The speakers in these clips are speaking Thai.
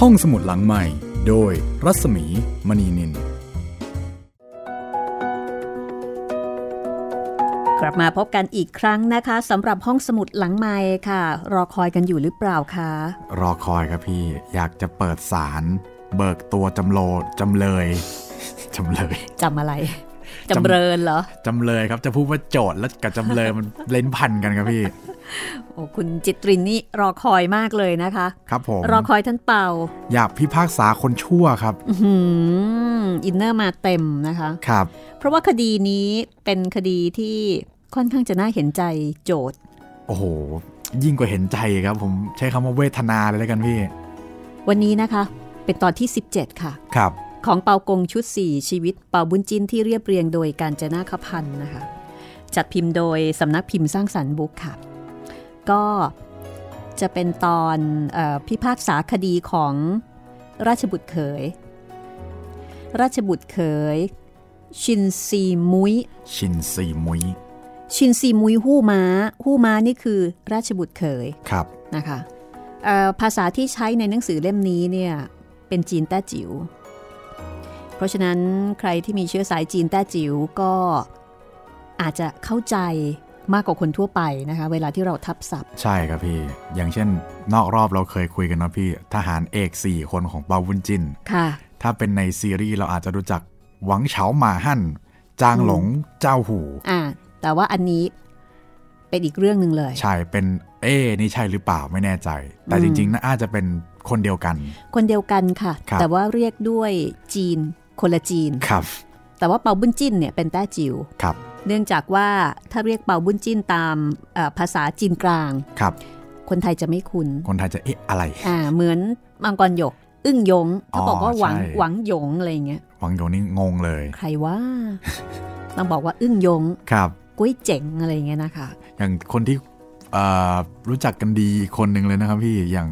ห้องสมุดหลังใหม่โดยรัศมีมณีนินกลับมาพบกันอีกครั้งนะคะสำหรับห้องสมุดหลังไมค์ค่ะรอคอยกันอยู่หรือเปล่าคะรอคอยครับพี่อยากจะเปิดศาลเบิกตัวจำเลยจำอะไรจำเริญเหรอจำเลยครับจะพูดว่าโจทย์แล้วกับจำเลยมันเล่นพันกันครับพี่โอ้คุณจิตรินนี่รอคอยมากเลยนะคะครับผมรอคอยท่านเป่าอยากพิพากษาคนชั่วครับอินเนอร์มาเต็มนะคะครับเพราะว่าคดีนี้เป็นคดีที่ค่อนข้างจะน่าเห็นใจโจทย์โอ้โหยิ่งกว่าเห็นใจครับผมใช้คำว่าเวทนาเลยแล้วกันพี่วันนี้นะคะเป็นตอนที่17ค่ะครับของเปากงชุด4ชีวิตเปาบุญจินที่เรียบเรียงโดยกาญจนาคพันธ์นะคะจัดพิมพ์โดยสำนักพิมพ์สร้างสรรค์บุ๊กค่ะก็จะเป็นตอนพิพากษาคดีของราชบุตรเขยชินซีมุยฮู้ม้านี่คือราชบุตรเขยครับนะคะภาษาที่ใช้ในหนังสือเล่มนี้เนี่ยเป็นจีนแต้จิ๋วเพราะฉะนั้นใครที่มีเชื้อสายจีนแต้จิ๋วก็อาจจะเข้าใจมากกว่าคนทั่วไปนะคะเวลาที่เราทับศัพท์ใช่ครับพี่อย่างเช่นนอกรอบเราเคยคุยกันนะพี่ทหารเอก4คนของเปาบุญจินค่ะถ้าเป็นในซีรีส์เราอาจจะรู้จักหวังเฉาหมาหั่นจางหลงเจ้าหูแต่ว่าอันนี้เป็นอีกเรื่องนึงเลยใช่เป็นนี่ใช่หรือเปล่าไม่แน่ใจแต่จริงๆน่าจะเป็นคนเดียวกันค่ะแต่ว่าเรียกด้วยจีนคนละจีนครับแต่ว่าเปาบุญจิ้นเนี่ยเป็นแต้จิ๋วครับเนื่องจากว่าถ้าเรียกเปาบุญจิ้นตามภาษาจีนกลางครับคนไทยจะไม่คุ้นคนไทยจะอะไรเหมือนมังกรหยกอึ้งยงถ้าบอกว่าหวังหยงอะไรเงี้ยหวังหยงนี่งงเลยใครว่าต้องบอกว่าอึ้งยงครับกุ้ยเจ๋งอะไรเงี้ยนะคะอย่างคนที่รู้จักกันดีคนหนึ่งเลยนะครับพี่อย่าง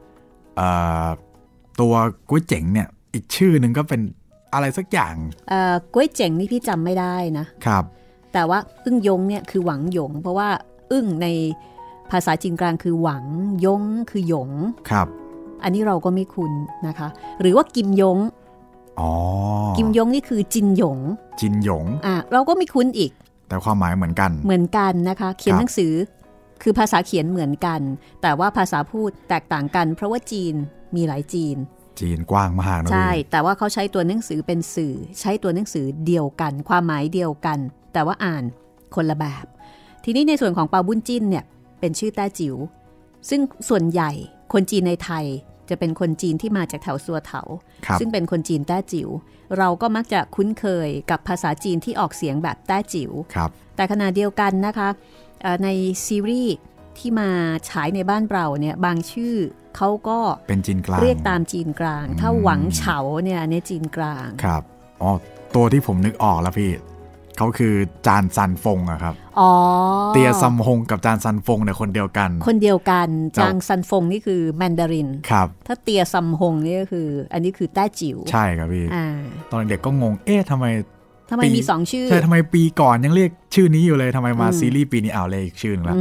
ตัวกุ้ยเจ๋งเนี่ยอีกชื่อหนึ่งก็เป็นอะไรสักอย่างกุ้ยเจ๋งนี่พี่จำไม่ได้นะครับแต่ว่าอึ้งยงเนี่ยคือหวังหยงเพราะว่าอึ้งในภาษาจีนกลางคือหวังยงคือหยงครับอันนี้เราก็ไม่คุ้นนะคะหรือว่ากิมยงกิมยงนี่คือจินหยงเราก็ไม่คุ้นอีกแต่ความหมายเหมือนกันนะคะเขียนหนังสือคือภาษาเขียนเหมือนกันแต่ว่าภาษาพูดแตกต่างกันเพราะว่าจีนมีหลายจีนกว้างมากนะใช่แต่ว่าเขาใช้ตัวหนังสือเป็นสื่อใช้ตัวหนังสือเดียวกันความหมายเดียวกันแต่ว่าอ่านคนละแบบทีนี้ในส่วนของเปาบุญจิ้นเนี่ยเป็นชื่อแต้จิ๋วซึ่งส่วนใหญ่คนจีนในไทยจะเป็นคนจีนที่มาจากแถวซัวเถาซึ่งเป็นคนจีนแต้จิ๋วเราก็มักจะคุ้นเคยกับภาษาจีนที่ออกเสียงแบบแต้จิ๋วแต่ขณะเดียวกันนะคะในซีรีส์ที่มาฉายในบ้านเราเนี่ยบางชื่อเขาก็เป็นจีนกลางเรียกตามจีนกลางถ้าหวังเฉาเนี่ยในจีนกลางครับตัวที่ผมนึกออกแล้วพี่เขาคือจานซันฟงอะครับเตียซัมฮงกับจานซันฟงเนี่ยคนเดียวกันจางซันฟงนี่คือแมนดารินครับถ้าเตียซัมฮงนี่ก็คืออันนี้คือแต้จิ๋วใช่ครับพี่ตอนเด็กก็งงทำไมมี2ชื่อใช่ทำไมปีก่อนยังเรียกชื่อนี้อยู่เลยทำไมมาซีรีส์ปีนี้เลยอีกชื่อนึงแล้ว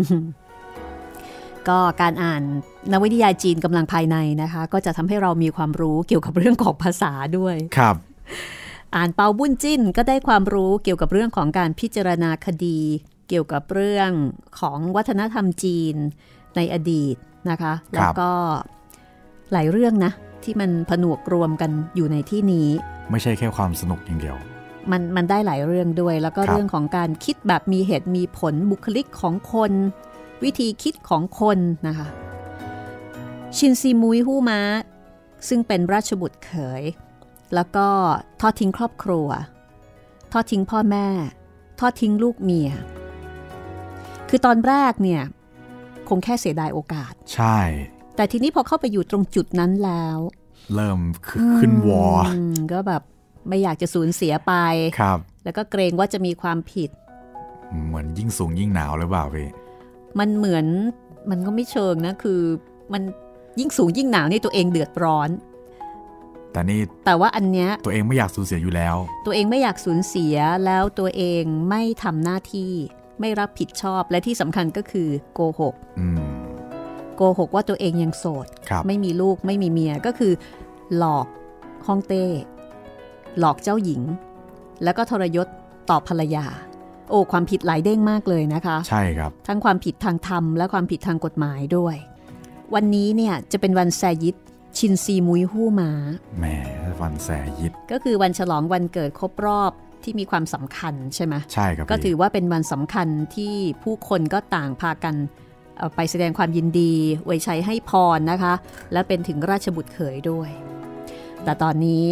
ก็การอ่านนวนิยายจีนกำลังภายในนะคะก็จะทำให้เรามีความรู้เกี่ยวกับเรื่องของภาษาด้วยครับอ่านเปาบุญจิ้นก็ได้ความรู้เกี่ยวกับเรื่องของการพิจารณาคดีเกี่ยวกับเรื่องของวัฒนธรรมจีนในอดีตนะคะแล้วก็หลายเรื่องนะที่มันผนวกรวมกันอยู่ในที่นี้ไม่ใช่แค่ความสนุกอย่างเดียวมันได้หลายเรื่องด้วยแล้วก็เรื่องของการคิดแบบมีเหตุมีผลบุคลิกของคนวิธีคิดของคนนะคะชินซีมุยฮู้ม้าซึ่งเป็นราชบุตรเขยแล้วก็ทอดทิ้งครอบครัวทอดทิ้งพ่อแม่ทอดทิ้งลูกเมียคือตอนแรกเนี่ยคงแค่เสียดายโอกาสใช่แต่ทีนี้พอเข้าไปอยู่ตรงจุดนั้นแล้วเริ่มขึ้นวอก็แบบไม่อยากจะสูญเสียไปครับแล้วก็เกรงว่าจะมีความผิดเหมือนยิ่งสูงยิ่งหนาวหรือเปล่าพี่มันเหมือนมันก็ไม่เชิงนะคือมันยิ่งสูงยิ่งหนาวนี่ตัวเองเดือดร้อนแต่ว่าอันเนี้ยตัวเองไม่อยากสูญเสียอยู่แล้วตัวเองไม่อยากสูญเสียแล้วตัวเองไม่ทำหน้าที่ไม่รับผิดชอบและที่สำคัญก็คือโกหกโกหกว่าตัวเองยังโสดไม่มีลูกไม่มีเมียก็คือหลอกฮ่องเต้หลอกเจ้าหญิงแล้วก็ทรยศต่อภรรยาโอ้ความผิดหลายเด้งมากเลยนะคะใช่ครับทั้งความผิดทางธรรมและความผิดทางกฎหมายด้วยวันนี้เนี่ยจะเป็นวันแซยิดชินซีมุยฮู้หมาแหมวันแซยิดก็คือวันฉลองวันเกิดครบรอบที่มีความสำคัญใช่ไหมใช่ครับก็ถือว่าเป็นวันสำคัญที่ผู้คนก็ต่างพากันไปแสดงความยินดีไว้ใช้ให้พรนะคะและเป็นถึงราชบุตรเขยด้วยแต่ตอนนี้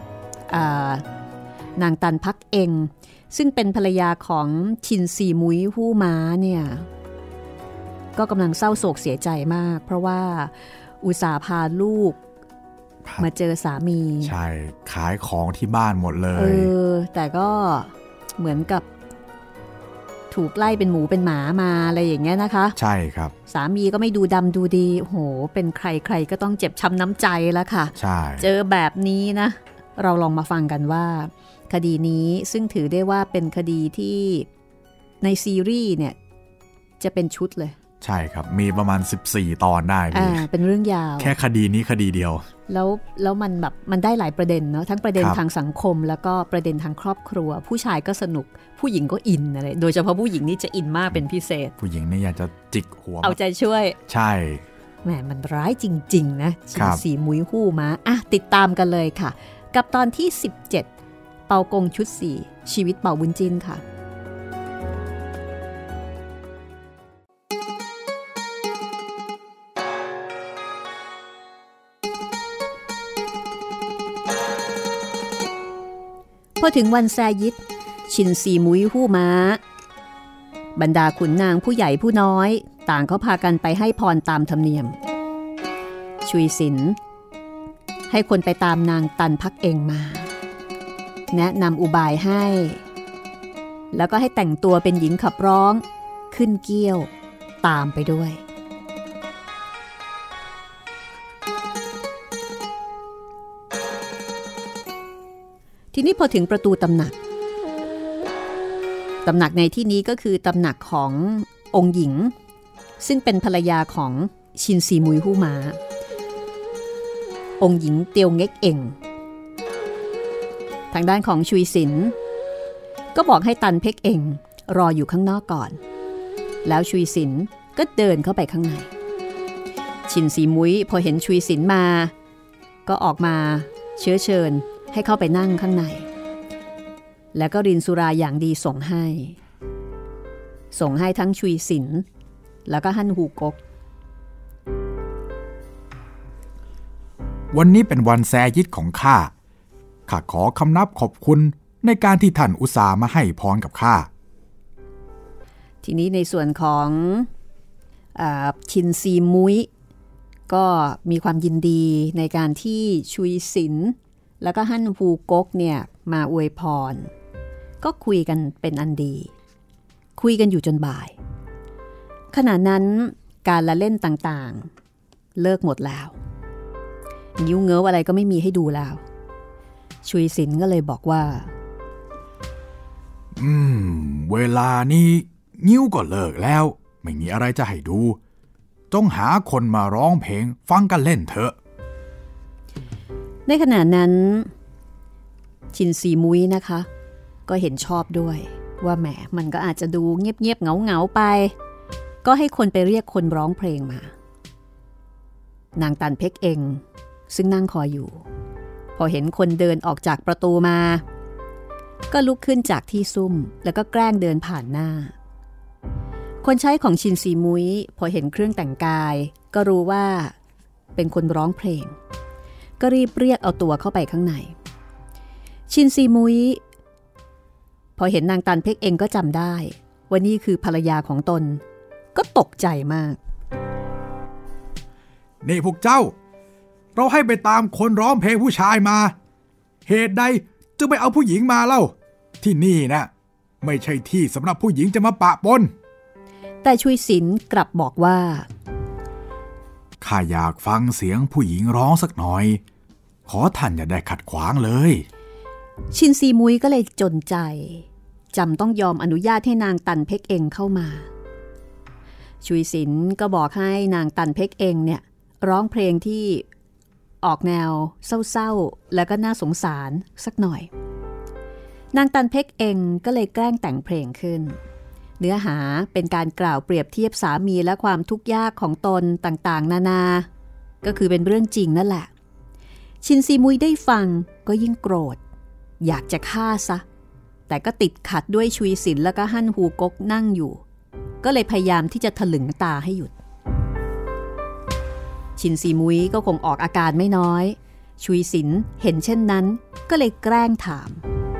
นางตันพักเองซึ่งเป็นภรรยาของชินซีมุยฮู้ม้าเนี่ยก็กำลังเศร้าโศกเสียใจมากเพราะว่าอุตส่าห์พาลูกมาเจอสามีใช่ขายของที่บ้านหมดเลยแต่ก็เหมือนกับถูกไล่เป็นหมูเป็นหมามาอะไรอย่างเงี้ยนะคะใช่ครับสามีก็ไม่ดูดำดูดีโหเป็นใครๆก็ต้องเจ็บช้ำน้ำใจแล้วค่ะใช่เจอแบบนี้นะเราลองมาฟังกันว่าคดีนี้ซึ่งถือได้ว่าเป็นคดีที่ในซีรีส์เนี่ยจะเป็นชุดเลยใช่ครับมีประมาณ14ตอนได้เป็นเรื่องยาวแค่คดีนี้คดีเดียวแล้วมันแบบมันได้หลายประเด็นเนาะทั้งประเด็นทางสังคมแล้วก็ประเด็นทางครอบครัวผู้ชายก็สนุกผู้หญิงก็อินอะไรโดยเฉพาะผู้หญิงนี่จะอินมากเป็นพิเศษผู้หญิงนี่อยากจะจิกหัวเอาใจช่วยใช่แหมมันร้ายจริงๆนะชินซีมุยฮู้ม้าติดตามกันเลยค่ะกับตอนที่17เปากงชุด4ชีวิตเป่าบุญจินค่ะพอถึงวันแซยิดชินซีมุยฮู้ม้าบรรดาขุนนางผู้ใหญ่ผู้น้อยต่างก็พากันไปให้พรตามธรรมเนียมชุยสินให้คนไปตามนางตันพักเองมาแนะนำอุบายให้แล้วก็ให้แต่งตัวเป็นหญิงขับร้องขึ้นเกี้ยวตามไปด้วยทีนี้พอถึงประตูตำหนักในที่นี้ก็คือตำหนักขององค์หญิงซึ่งเป็นภรรยาของชินซีมุยฮู้ม้าองค์หญิงเตียวเง็กเอ่งทางด้านของชุยสินก็บอกให้ตันเพ็กเอ่งรออยู่ข้างนอกก่อนแล้วชุยสินก็เดินเข้าไปข้างในชินซีมุยพอเห็นชุยสินมาก็ออกมาเชื้อเชิญให้เข้าไปนั่งข้างในแล้วก็รินสุราอย่างดีส่งให้ทั้งชุยสินแล้วก็ฮั่นฮูกกวันนี้เป็นวันแซยิดของข้าขอคำนับขอบคุณในการที่ท่านอุตส่าห์มาให้พรกับข้าทีนี้ในส่วนของชินซีมุยก็มีความยินดีในการที่ชุยสินแล้วก็ฮั่นฮูกกเนี่ยมาอวยพรก็คุยกันเป็นอันดีคุยกันอยู่จนบ่ายขณะนั้นการละเล่นต่างๆเลิกหมดแล้วนิ้วเงื้ออะไรก็ไม่มีให้ดูแล้วชุยสินก็เลยบอกว่าเวลานี้นิ้วก็เลิกแล้วไม่มีอะไรจะให้ดูต้องหาคนมาร้องเพลงฟังกันเล่นเถอะในขณะนั้นชินซีมุ้ยนะคะก็เห็นชอบด้วยว่าแหมมันก็อาจจะดูเงียบๆเหงาๆไปก็ให้คนไปเรียกคนร้องเพลงมานางตันเพ็กเองซึ่งนั่งคอยอยู่พอเห็นคนเดินออกจากประตูมาก็ลุกขึ้นจากที่ซุ่มแล้วก็แกล้งเดินผ่านหน้าคนใช้ของชินซีมุ้ยพอเห็นเครื่องแต่งกายก็รู้ว่าเป็นคนร้องเพลงก็รีบเรียกเอาตัวเข้าไปข้างในชินซีมุ้ยพอเห็นนางตันเพ็กเองก็จำได้ว่านี่คือภรรยาของตนก็ตกใจมากนี่พวกเจ้าเราให้ไปตามคนร้องเพลงผู้ชายมาเหตุใดจึงไม่เอาผู้หญิงมาเล่าที่นี่นะไม่ใช่ที่สำหรับผู้หญิงจะมาปะปนแต่ชุยสินกลับบอกว่าข้าอยากฟังเสียงผู้หญิงร้องสักหน่อยขอท่านอย่าได้ขัดขวางเลยชินซีมุ้ยก็เลยจนใจจำต้องยอมอนุญาตให้นางตันเพ็กเองเข้ามาชุยศิลป์ก็บอกให้นางตันเพ็กเองเนี่ยร้องเพลงที่ออกแนวเศร้าๆแล้วก็น่าสงสารสักหน่อยนางตันเพ็กเองก็เลยแกล้งแต่งเพลงขึ้นเนื้อหาเป็นการกล่าวเปรียบเทียบสามีและความทุกข์ยากของตนต่างๆนานาก็คือเป็นเรื่องจริงนั่นแหละชินซีมุยได้ฟังก็ยิ่งโกรธอยากจะฆ่าซะแต่ก็ติดขัดด้วยชุยศิลป์แล้วก็ฮั่นฮูกกนั่งอยู่ก็เลยพยายามที่จะถลึงตาให้หยุดชินซีมุยก็คงออกอาการไม่น้อยชุยศิลป์เห็นเช่นนั้นก็เลยแกล้งถาม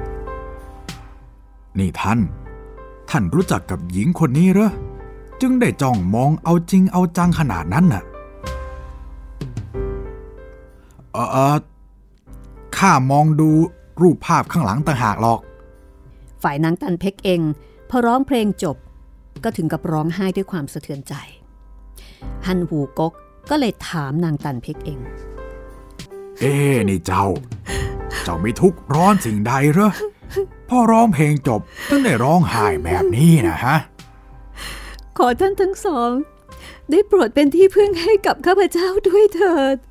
นี่ท่านรู้จักกับหญิงคนนี้เหรอจึงได้จ้องมองเอาจริงเอาจังขนาดนั้นน่ะข้ามองดูรูปภาพข้างหลังต่างหากหรอกฝ่ายนางตันเพ็กเองพอร้องเพลงจบก็ถึงกับร้องไห้ด้วยความสะเทือนใจฮั่นฮูกกก็เลยถามนางตันเพ็กเองนี่เจ้าไม่ทุกข์ร้อนสิ่งใดเหรอพอร้องเพลงจบต้องได้ร้องไห้แบบนี้นะฮะขอท่านทั้งสองได้โปรดเป็นที่พึ่งให้กับข้าพเจ้าด้วยเถิด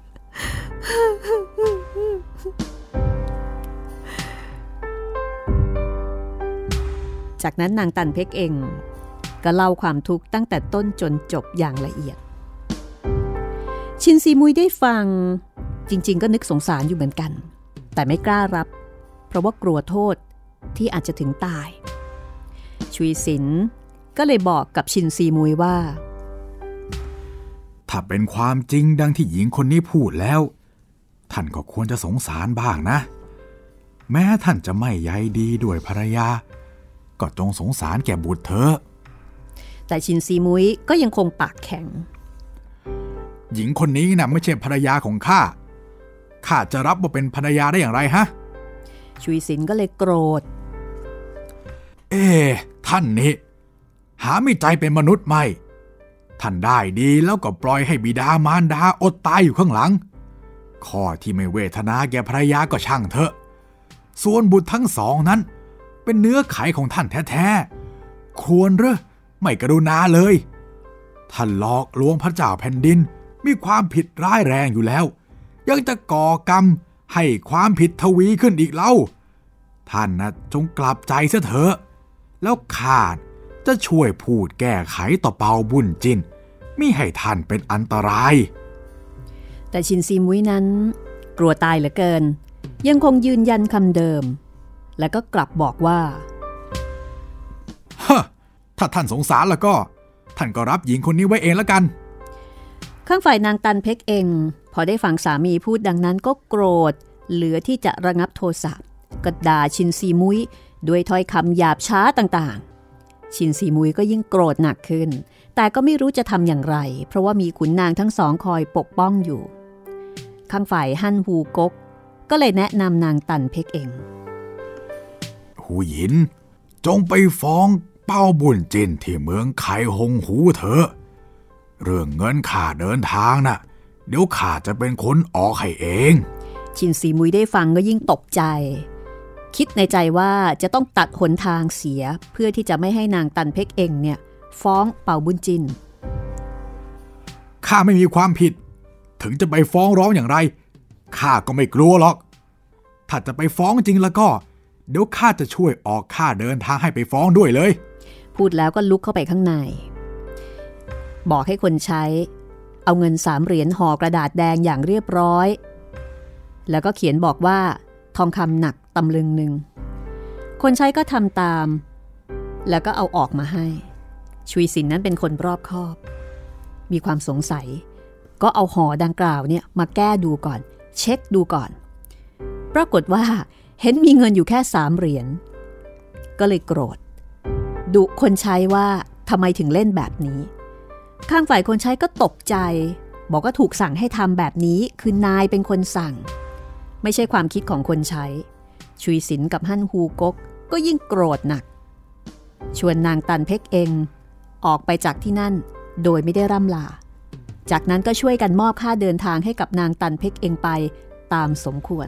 จากนั้นนางตันเพ็กเองก็เล่าความทุกข์ตั้งแต่ต้นจนจบอย่างละเอียดชินซีมุยได้ฟังจริงๆก็นึกสงสารอยู่เหมือนกันแต่ไม่กล้ารับเพราะว่ากลัวโทษที่อาจจะถึงตายชุยศิลป์ก็เลยบอกกับชินซีมุยว่าถ้าเป็นความจริงดังที่หญิงคนนี้พูดแล้วท่านก็ควรจะสงสารบ้างนะแม้ท่านจะไม่ใยดีด้วยภรรยาก็จงสงสารแก่บุตรเถอะแต่ชินซีมุยก็ยังคงปากแข็งหญิงคนนี้น่ะไม่ใช่ภรรยาของข้าจะรับว่าเป็นภรรยาได้อย่างไรฮะชุยศิลป์ก็เลยโกรธท่านนี่หาไม่ใจเป็นมนุษย์ไม่ท่านได้ดีแล้วก็ปล่อยให้บิดามารดาอดตายอยู่ข้างหลังข้อที่ไม่เวทนาแก่ภรรยาก็ช่างเถอะส่วนบุตรทั้งสองนั้นเป็นเนื้อไขของท่านแท้ๆควรหรือไม่กรุณาเลยท่านหลอกลวงพระเจ้าแผ่นดินมีความผิดร้ายแรงอยู่แล้วยังจะก่อกรรมให้ความผิดทวีขึ้นอีกเล่าท่านนะจงกลับใจเสียเถอะแล้วข้าจะช่วยพูดแก้ไขต่อเปาบุญจินมิให้ท่านเป็นอันตรายแต่ชินซีมุ้ยนั้นกลัวตายเหลือเกินยังคงยืนยันคำเดิมแล้วก็กลับบอกว่าถ้าท่านสงสารแล้วก็ท่านก็รับหญิงคนนี้ไว้เองแล้วกันข้างฝ่ายนางตันเพ็กเองพอได้ฟังสามีพูดดังนั้นก็โกรธเหลือที่จะระงับโทสะก็ด่าชินซีมุ้ยด้วยถ้อยคำหยาบช้าต่างๆชินซีมุ้ยก็ยิ่งโกรธหนักขึ้นแต่ก็ไม่รู้จะทำอย่างไรเพราะว่ามีขุนนางทั้งสองคอยปกป้องอยู่ข้างฝ่ายฮั่นฮูกกก็เลยแนะนำนางตันเพ็กเองหูหยินจงไปฟ้องเป้าบุญจินที่เมืองไคหงหูเถอะเรื่องเงินค่าเดินทางน่ะเดี๋ยวข้าจะเป็นคนออกให้เองชินซีมุยได้ฟังก็ยิ่งตกใจคิดในใจว่าจะต้องตัดหนทางเสียเพื่อที่จะไม่ให้นางตันเพ็กเองเนี่ยฟ้องเป่าบุญจินข้าไม่มีความผิดถึงจะไปฟ้องร้องอย่างไรข้าก็ไม่กลัวหรอกถ้าจะไปฟ้องจริงแล้วก็เดี๋ยวข้าจะช่วยออกค่าเดินทางให้ไปฟ้องด้วยเลยพูดแล้วก็ลุกเข้าไปข้างในบอกให้คนใช้เอาเงิน3 เหรียญห่อกระดาษแดงอย่างเรียบร้อยแล้วก็เขียนบอกว่าทองคำหนักตำลึงหนึ่งคนใช้ก็ทำตามแล้วก็เอาออกมาให้ชุยศิลป์นั้นเป็นคนรอบคอบมีความสงสัยก็เอาห่อดังกล่าวเนี่ยมาแก้ดูก่อนเช็คดูก่อนปรากฏว่าเห็นมีเงินอยู่แค่3 เหรียญก็เลยโกรธดุคนใช้ว่าทำไมถึงเล่นแบบนี้ข้างฝ่ายคนใช้ก็ตกใจบอกว่าถูกสั่งให้ทำแบบนี้คือนายเป็นคนสั่งไม่ใช่ความคิดของคนใช้ชุยศิลป์กับฮั่นฮูกกก็ยิ่งโกรธหนักชวนนางตันเพ็กเองออกไปจากที่นั่นโดยไม่ได้ร่ำลาจากนั้นก็ช่วยกันมอบค่าเดินทางให้กับนางตันเพ็กเองไปตามสมควร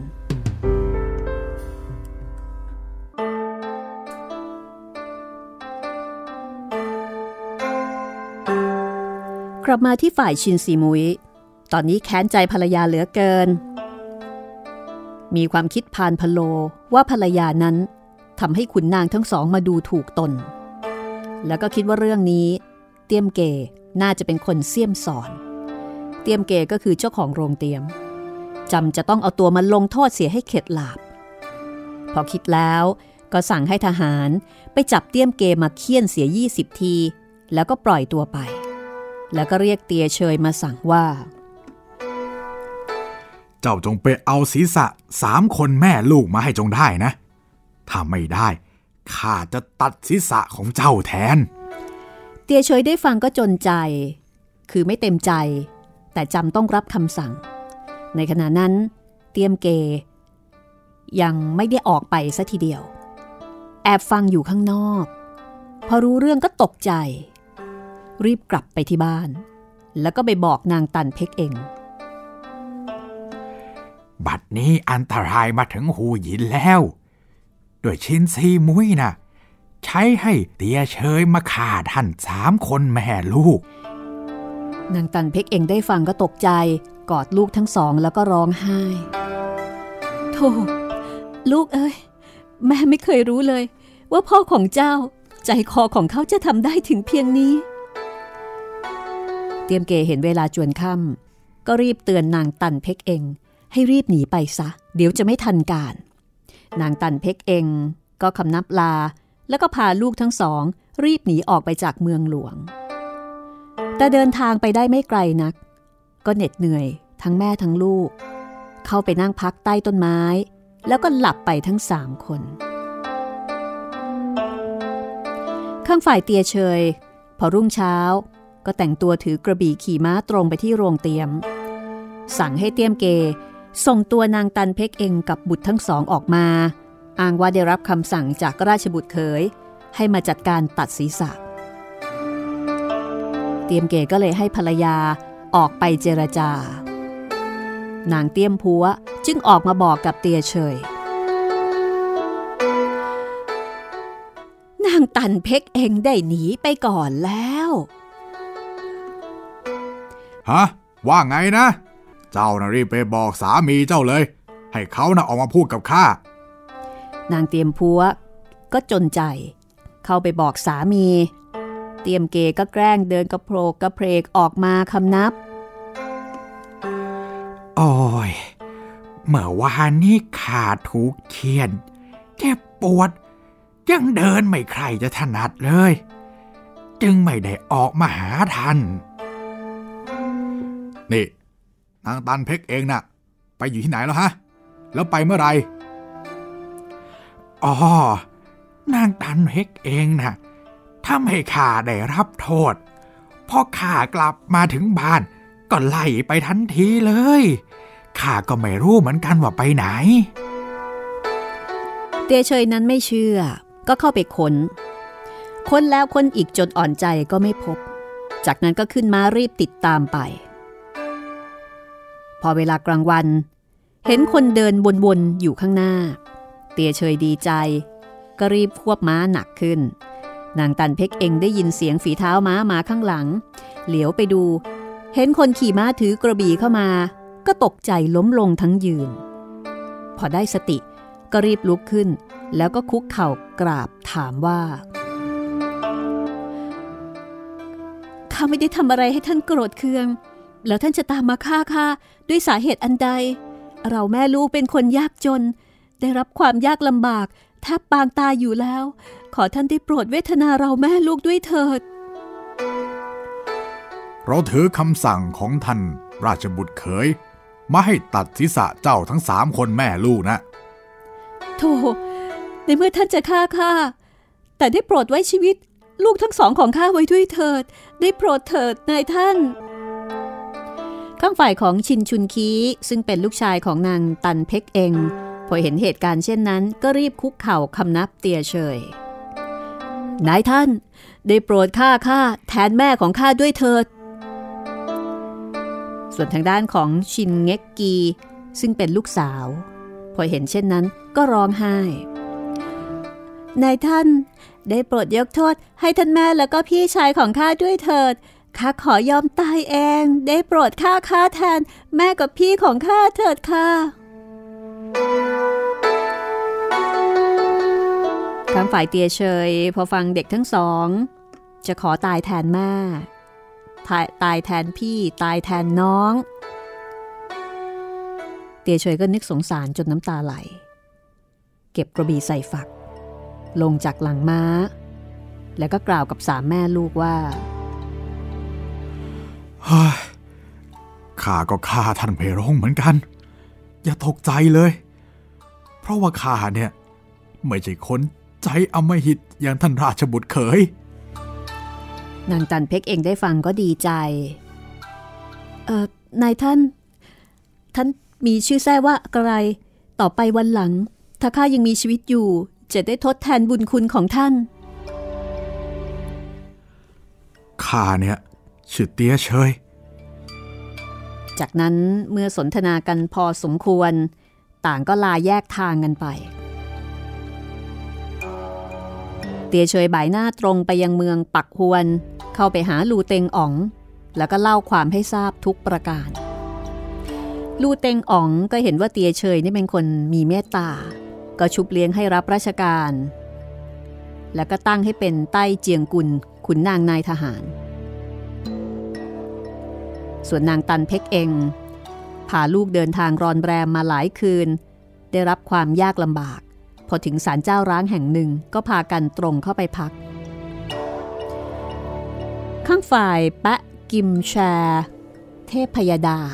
กลับมาที่ฝ่ายชินซีมุยตอนนี้แค้นใจภรรยาเหลือเกินมีความคิดพานพโลว่าภรรยานั้นทำให้ขุนนางทั้งสองมาดูถูกตนแล้วก็คิดว่าเรื่องนี้เตี้ยมเกน่าจะเป็นคนเสี้ยมสอนเตี้ยมเกก็คือเจ้าของโรงเตรียมจำจะต้องเอาตัวมาลงโทษเสียให้เข็ดหลาบพอคิดแล้วก็สั่งให้ทหารไปจับเตี้ยมเกมาเคี่ยนเสีย20 ทีแล้วก็ปล่อยตัวไปแล้วก็เรียกเตียเชยมาสั่งว่าเจ้าจงไปเอาศีรษะ3 คนแม่ลูกมาให้จงได้นะถ้าไม่ได้ข้าจะตัดศีรษะของเจ้าแทนเตียเฉยได้ฟังก็จนใจคือไม่เต็มใจแต่จำต้องรับคำสั่งในขณะนั้นเตียมเกยังไม่ได้ออกไปซะทีเดียวแอบฟังอยู่ข้างนอกพอรู้เรื่องก็ตกใจรีบกลับไปที่บ้านแล้วก็ไปบอกนางตันเพ็กเองบัดนี้อันตรายมาถึงหูหยินแล้วด้วยชินซีมุ้ยนะใช้ให้เตียเฉยมาฆ่าท่าน3 คนแม่ลูกนางตันเพ็กเองได้ฟังก็ตกใจกอดลูกทั้ง2แล้วก็ร้องไห้โธ่ลูกเอ้ยแม่ไม่เคยรู้เลยว่าพ่อของเจ้าใจคอของเขาจะทำได้ถึงเพียงนี้เตียมเกเห็นเวลาจวนค่ำก็รีบเตือนนางตันเพ็กเองให้รีบหนีไปซะเดี๋ยวจะไม่ทันการนางตันเพ็กเองก็คำนับลาแล้วก็พาลูกทั้ง2รีบหนีออกไปจากเมืองหลวงแต่เดินทางไปได้ไม่ไกลนักก็เหน็ดเหนื่อยทั้งแม่ทั้งลูกเข้าไปนั่งพักใต้ต้นไม้แล้วก็หลับไปทั้ง3 คนข้างฝ่ายเตียเชยพอรุ่งเช้าก็แต่งตัวถือกระบี่ขี่ม้าตรงไปที่โรงเตรียมสั่งให้เตียมเกส่งตัวนางตันเพ็กเองกับบุตรทั้ง2ออกมาอ้างว่าได้รับคำสั่งจากราชบุตรเขยให้มาจัดการตัดศีรษะเตียมเกก็เลยให้ภรรยาออกไปเจรจานางเตี้ยมพัวจึงออกมาบอกกับเตียเฉยนางตันเพ็กเองได้หนีไปก่อนแล้วฮะว่าไงนะเจ้าน่ะรีบไปบอกสามีเจ้าเลยให้เขาน่ะออกมาพูดกับข้านางเตียมพัวก็จนใจเข้าไปบอกสามีเตียมเกก็แกล้งเดินกระโผลกกระเพกออกมาคำนับโอ้ยเมื่อวานนี้ขาถูกเคี่ยนเจ็บปวดยังเดินไม่ใครจะถนัดเลยจึงไม่ได้ออกมาหาท่านนี่นางตันเพ็กเองน่ะไปอยู่ที่ไหนแล้วฮะแล้วไปเมื่อไหร่อ๋อนางตันเพ็กเองน่ะทำให้ข้าได้รับโทษพอข้ากลับมาถึงบ้านก็ไล่ไปทันทีเลยข้าก็ไม่รู้เหมือนกันว่าไปไหนเตียเฉยนั้นไม่เชื่อก็เข้าไปค้นแล้วค้นอีกจนอ่อนใจก็ไม่พบจากนั้นก็ขึ้นม้ารีบติดตามไปพอเวลากลางวันเห็นคนเดินวนๆอยู่ข้างหน้าเตียเฉยดีใจก็รีบควบม้าหนักขึ้นนางตันเพ็กเองได้ยินเสียงฝีเท้าม้ามาข้างหลังเหลียวไปดูเห็นคนขี่ม้าถือกระบี่เข้ามาก็ตกใจล้มลงทั้งยืนพอได้สติก็รีบลุกขึ้นแล้วก็คุกเข่ากราบถามว่าข้าไม่ได้ทำอะไรให้ท่านโกรธเคืองแล้วท่านจะตามมาฆ่าข้าด้วยสาเหตุอันใดเราแม่ลูกเป็นคนยากจนได้รับความยากลำบากแทบปางตายอยู่แล้วขอท่านได้โปรดเวทนาเราแม่ลูกด้วยเถิดเราถือคำสั่งของท่านราชบุตรเขยมาให้ตัดศีรษะเจ้าทั้ง3 คนแม่ลูกนะโธ่ในเมื่อท่านจะฆ่าข้าแต่ได้โปรดไว้ชีวิตลูกทั้ง2ของข้าไว้ด้วยเถิดได้โปรดเถิดนายท่านข้างฝ่ายของชินชุนคีซึ่งเป็นลูกชายของนางตันเพ็กเองพอเห็นเหตุการณ์เช่นนั้นก็รีบคุกเข่าคำนับเตียเฉยนายท่านได้โปรดฆ่าข้าแทนแม่ของข้าด้วยเถิดส่วนทางด้านของชินเง็กกีซึ่งเป็นลูกสาวพอเห็นเช่นนั้นก็ร้องไห้นายท่านได้โปรดยกโทษให้ท่านแม่แล้วก็พี่ชายของข้าด้วยเถิดข้าขอยอมตายเองได้โปรดข้าแทนแม่กับพี่ของข้าเถิดค่ะทางฝ่ายเตียเฉยพอฟังเด็กทั้งสองจะขอตายแทนแม่ตายแทนพี่ตายแทนน้องเตียเฉยก็นึกสงสารจนน้ำตาไหลเก็บกระบี่ใส่ฝักลงจากหลังม้าแล้วก็กล่าวกับสามแม่ลูกว่าข้าก็ฆ่าท่านเพรงเหมือนกันอย่าตกใจเลยเพราะว่าข้าเนี่ยไม่ใช่คนใจอำมหิตอย่างท่านราชบุตรเขยนางจันเพ็กเองได้ฟังก็ดีใจนายท่านมีชื่อแท้ว่าอะไรต่อไปวันหลังถ้าข้ายังมีชีวิตอยู่จะได้ทดแทนบุญคุณของท่านข้าเนี่ยชื่อเตี้ยเฉยจากนั้นเมื่อสนทนากันพอสมควรต่างก็ลาแยกทางกันไปเตี้ยเฉยบ่ายหน้าตรงไปยังเมืองปักฮวนเข้าไปหาลูเต็งอ๋องแล้วก็เล่าความให้ทราบทุกประการลูเต็งอ๋องก็เห็นว่าเตี้ยเฉยนี่เป็นคนมีเมตตาก็ชุบเลี้ยงให้รับราชการแล้วก็ตั้งให้เป็นใต้เจียงกุลขุนนางนายทหารส่วนนางตันเพ็กเองพาลูกเดินทางรอนแรมมาหลายคืนได้รับความยากลำบากพอถึงศาลเจ้าร้างแห่งหนึ่งก็พากันตรงเข้าไปพักข้างฝ่ายแปะกิมแชเทพพยดา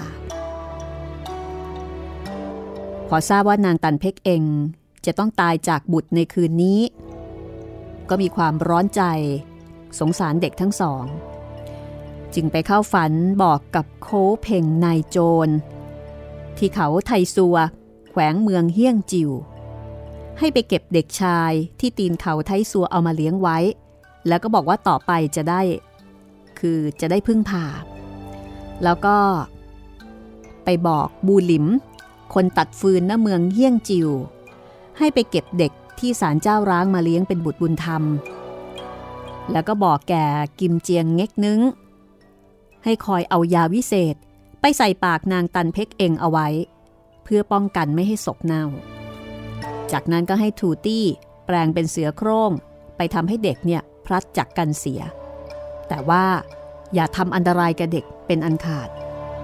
พอทราบว่านางตันเพ็กเองจะต้องตายจากบุตรในคืนนี้ก็มีความร้อนใจสงสารเด็กทั้งสองจึงไปเข้าฝันบอกกับโค้เพ่งนายโจรที่เขาไทซัวแขวงเมืองเฮี้ยงจิวให้ไปเก็บเด็กชายที่ตีนเขาไทซัวเอามาเลี้ยงไว้แล้วก็บอกว่าต่อไปจะได้พึ่งพาแล้วก็ไปบอกบูหลิมคนตัดฟืนณเมืองเฮี้ยงจิวให้ไปเก็บเด็กที่ศาลเจ้าร้างมาเลี้ยงเป็นบุตรบุญธรรมแล้วก็บอกแก่กิมเจียงเง็กนึงให้คอยเอายาวิเศษไปใส่ปากนางตันเพ็กเองเอาไว้เพื่อป้องกันไม่ให้ศพเน่าจากนั้นก็ให้ทูตี้แปลงเป็นเสือโคร่งไปทำให้เด็กเนี่ยพลัดจากกันเสียแต่ว่าอย่าทำอันตรายกับเด็กเป็นอันขาด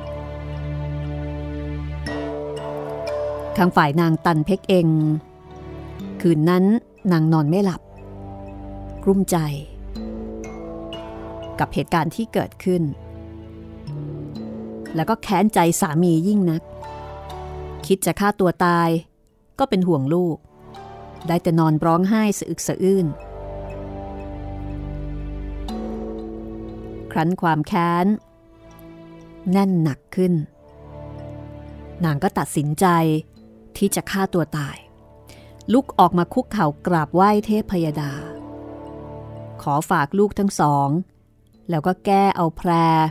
ทางฝ่ายนางตันเพ็กเองคืนนั้นนางนอนไม่หลับกลุ้มใจกับเหตุการณ์ที่เกิดขึ้นแล้วก็แค้นใจสามียิ่งนักคิดจะฆ่าตัวตายก็เป็นห่วงลูกได้แต่นอนร้องไห้สะอึกสะอื้นครั้นความแค้นแน่นหนักขึ้นนางก็ตัดสินใจที่จะฆ่าตัวตายลุกออกมาคุกเข่ากราบไหว้เทพพยดาขอฝากลูกทั้งสองแล้วก็แก้เอาแพร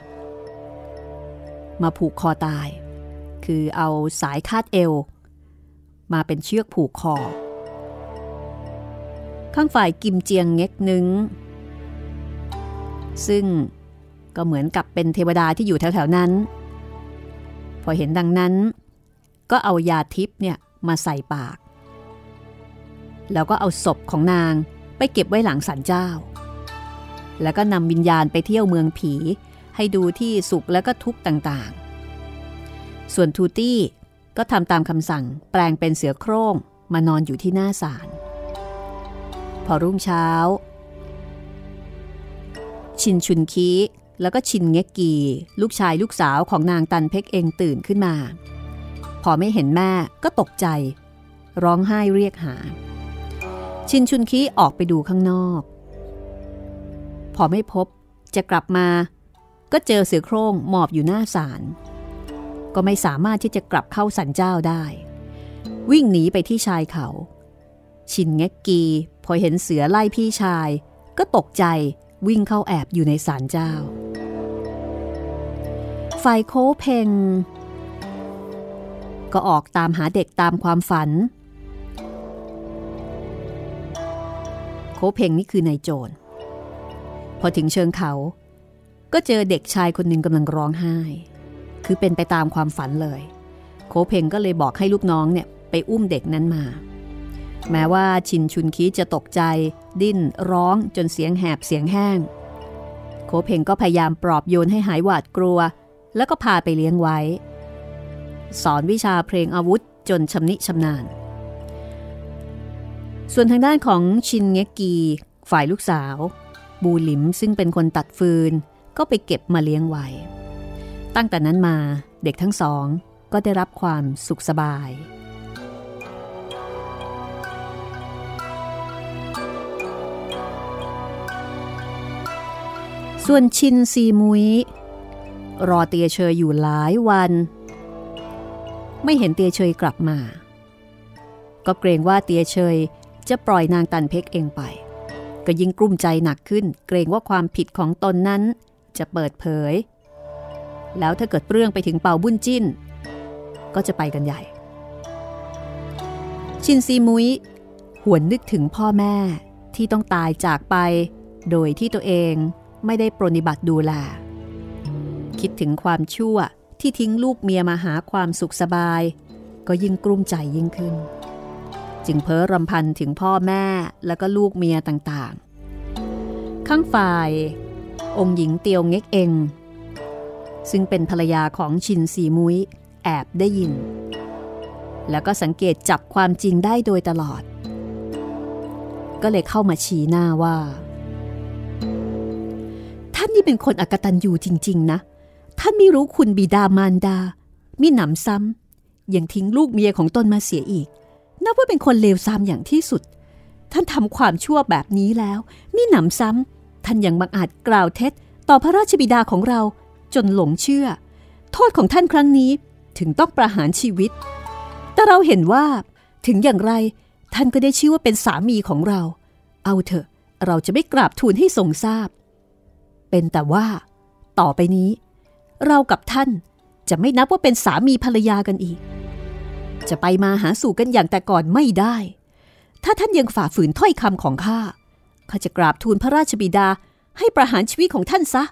มาผูกคอตายคือเอาสายคาดเอวมาเป็นเชือกผูกคอข้างฝ่ายกิมเจียงเง็กนึงซึ่งก็เหมือนกับเป็นเทวดาที่อยู่แถวๆนั้นพอเห็นดังนั้นก็เอายาทิพย์เนี่ยมาใส่ปากแล้วก็เอาศพของนางไปเก็บไว้หลังศาลเจ้าแล้วก็นำวิญญาณไปเที่ยวเมืองผีให้ดูที่สุขและก็ทุกข์ต่างๆส่วนทูตี้ก็ทำตามคำสั่งแปลงเป็นเสือโคร่งมานอนอยู่ที่หน้าศาลพอรุ่งเช้าชินชุนคีแล้วก็ชินเง็กกีลูกชายลูกสาวของนางตันเพ็กเองตื่นขึ้นมาพอไม่เห็นแม่ก็ตกใจร้องไห้เรียกหาชินชุนคีออกไปดูข้างนอกพอไม่พบจะกลับมาก็เจอเสือโคร่งหมอบอยู่หน้าศาลก็ไม่สามารถที่จะกลับเข้าศาลเจ้าได้วิ่งหนีไปที่ชายเขาชินเง็กกีพอเห็นเสือไล่พี่ชายก็ตกใจวิ่งเข้าแอบอยู่ในศาลเจ้าฝ่ายโค้เพ่งก็ออกตามหาเด็กตามความฝันโค้เพ่งนี่คือนายโจรพอถึงเชิงเขาก็เจอเด็กชายคนหนึ่งกำลังร้องไห้คือเป็นไปตามความฝันเลยโคเพงก็เลยบอกให้ลูกน้องเนี่ยไปอุ้มเด็กนั้นมาแม้ว่าชินชุนคีจะตกใจดิ้นร้องจนเสียงแหบเสียงแห้งโคเพงก็พยายามปลอบโยนให้หายหวาดกลัวแล้วก็พาไปเลี้ยงไว้สอนวิชาเพลงอาวุธจนชำนิชำนาญส่วนทางด้านของชินเงกีฝ่ายลูกสาวบูหลิมซึ่งเป็นคนตัดฟืนก็ไปเก็บมาเลี้ยงไว้ตั้งแต่นั้นมาเด็กทั้งสองก็ได้รับความสุขสบายส่วนชินซีมุยรอเตียเชยอยู่หลายวันไม่เห็นเตียเชยกลับมาก็เกรงว่าเตียเชยจะปล่อยนางตันเพ็กเองไปก็ยิ่งกลุ้มใจหนักขึ้นเกรงว่าความผิดของตนนั้นจะเปิดเผยแล้วถ้าเกิดเรื่องไปถึงเป่าบุญจิ้นก็จะไปกันใหญ่ชินซีมุยหวนนึกถึงพ่อแม่ที่ต้องตายจากไปโดยที่ตัวเองไม่ได้ปรนนิบัติดูแลคิดถึงความชั่วที่ทิ้งลูกเมียมาหาความสุขสบายก็ยิ่งกลุ้มใจยิ่งขึ้นจึงเพ้อรำพันถึงพ่อแม่แล้วก็ลูกเมียต่างๆข้างฝ่ายองค์หญิงเตียวเง็กเองซึ่งเป็นภรรยาของชินซีมุยแอบได้ยินแล้วก็สังเกตจับความจริงได้โดยตลอดก็เลยเข้ามาชี้หน้าว่าท่านนี่เป็นคนอกตัญญูจริงๆนะท่านไม่รู้คุณบิดามารดามิหนำซ้ำยังทิ้งลูกเมียของตนมาเสียอีกนับว่าเป็นคนเลวทรามอย่างที่สุดท่านทำความชั่วแบบนี้แล้วมิหนำซ้ำท่านยังบังอาจกล่าวเท็จต่อพระราชบิดาของเราจนหลงเชื่อโทษของท่านครั้งนี้ถึงต้องประหารชีวิตแต่เราเห็นว่าถึงอย่างไรท่านก็ได้ชื่อว่าเป็นสามีของเราเอาเถอะเราจะไม่กราบทูลให้ทรงทราบเป็นแต่ว่าต่อไปนี้เรากับท่านจะไม่นับว่าเป็นสามีภรรยากันอีกจะไปมาหาสู่กันอย่างแต่ก่อนไม่ได้ถ้าท่านยังฝ่าฝืนถ้อยคำของข้าจะกราบทูลพระราชบิดาให้ประหารชีวิตของท่านซะ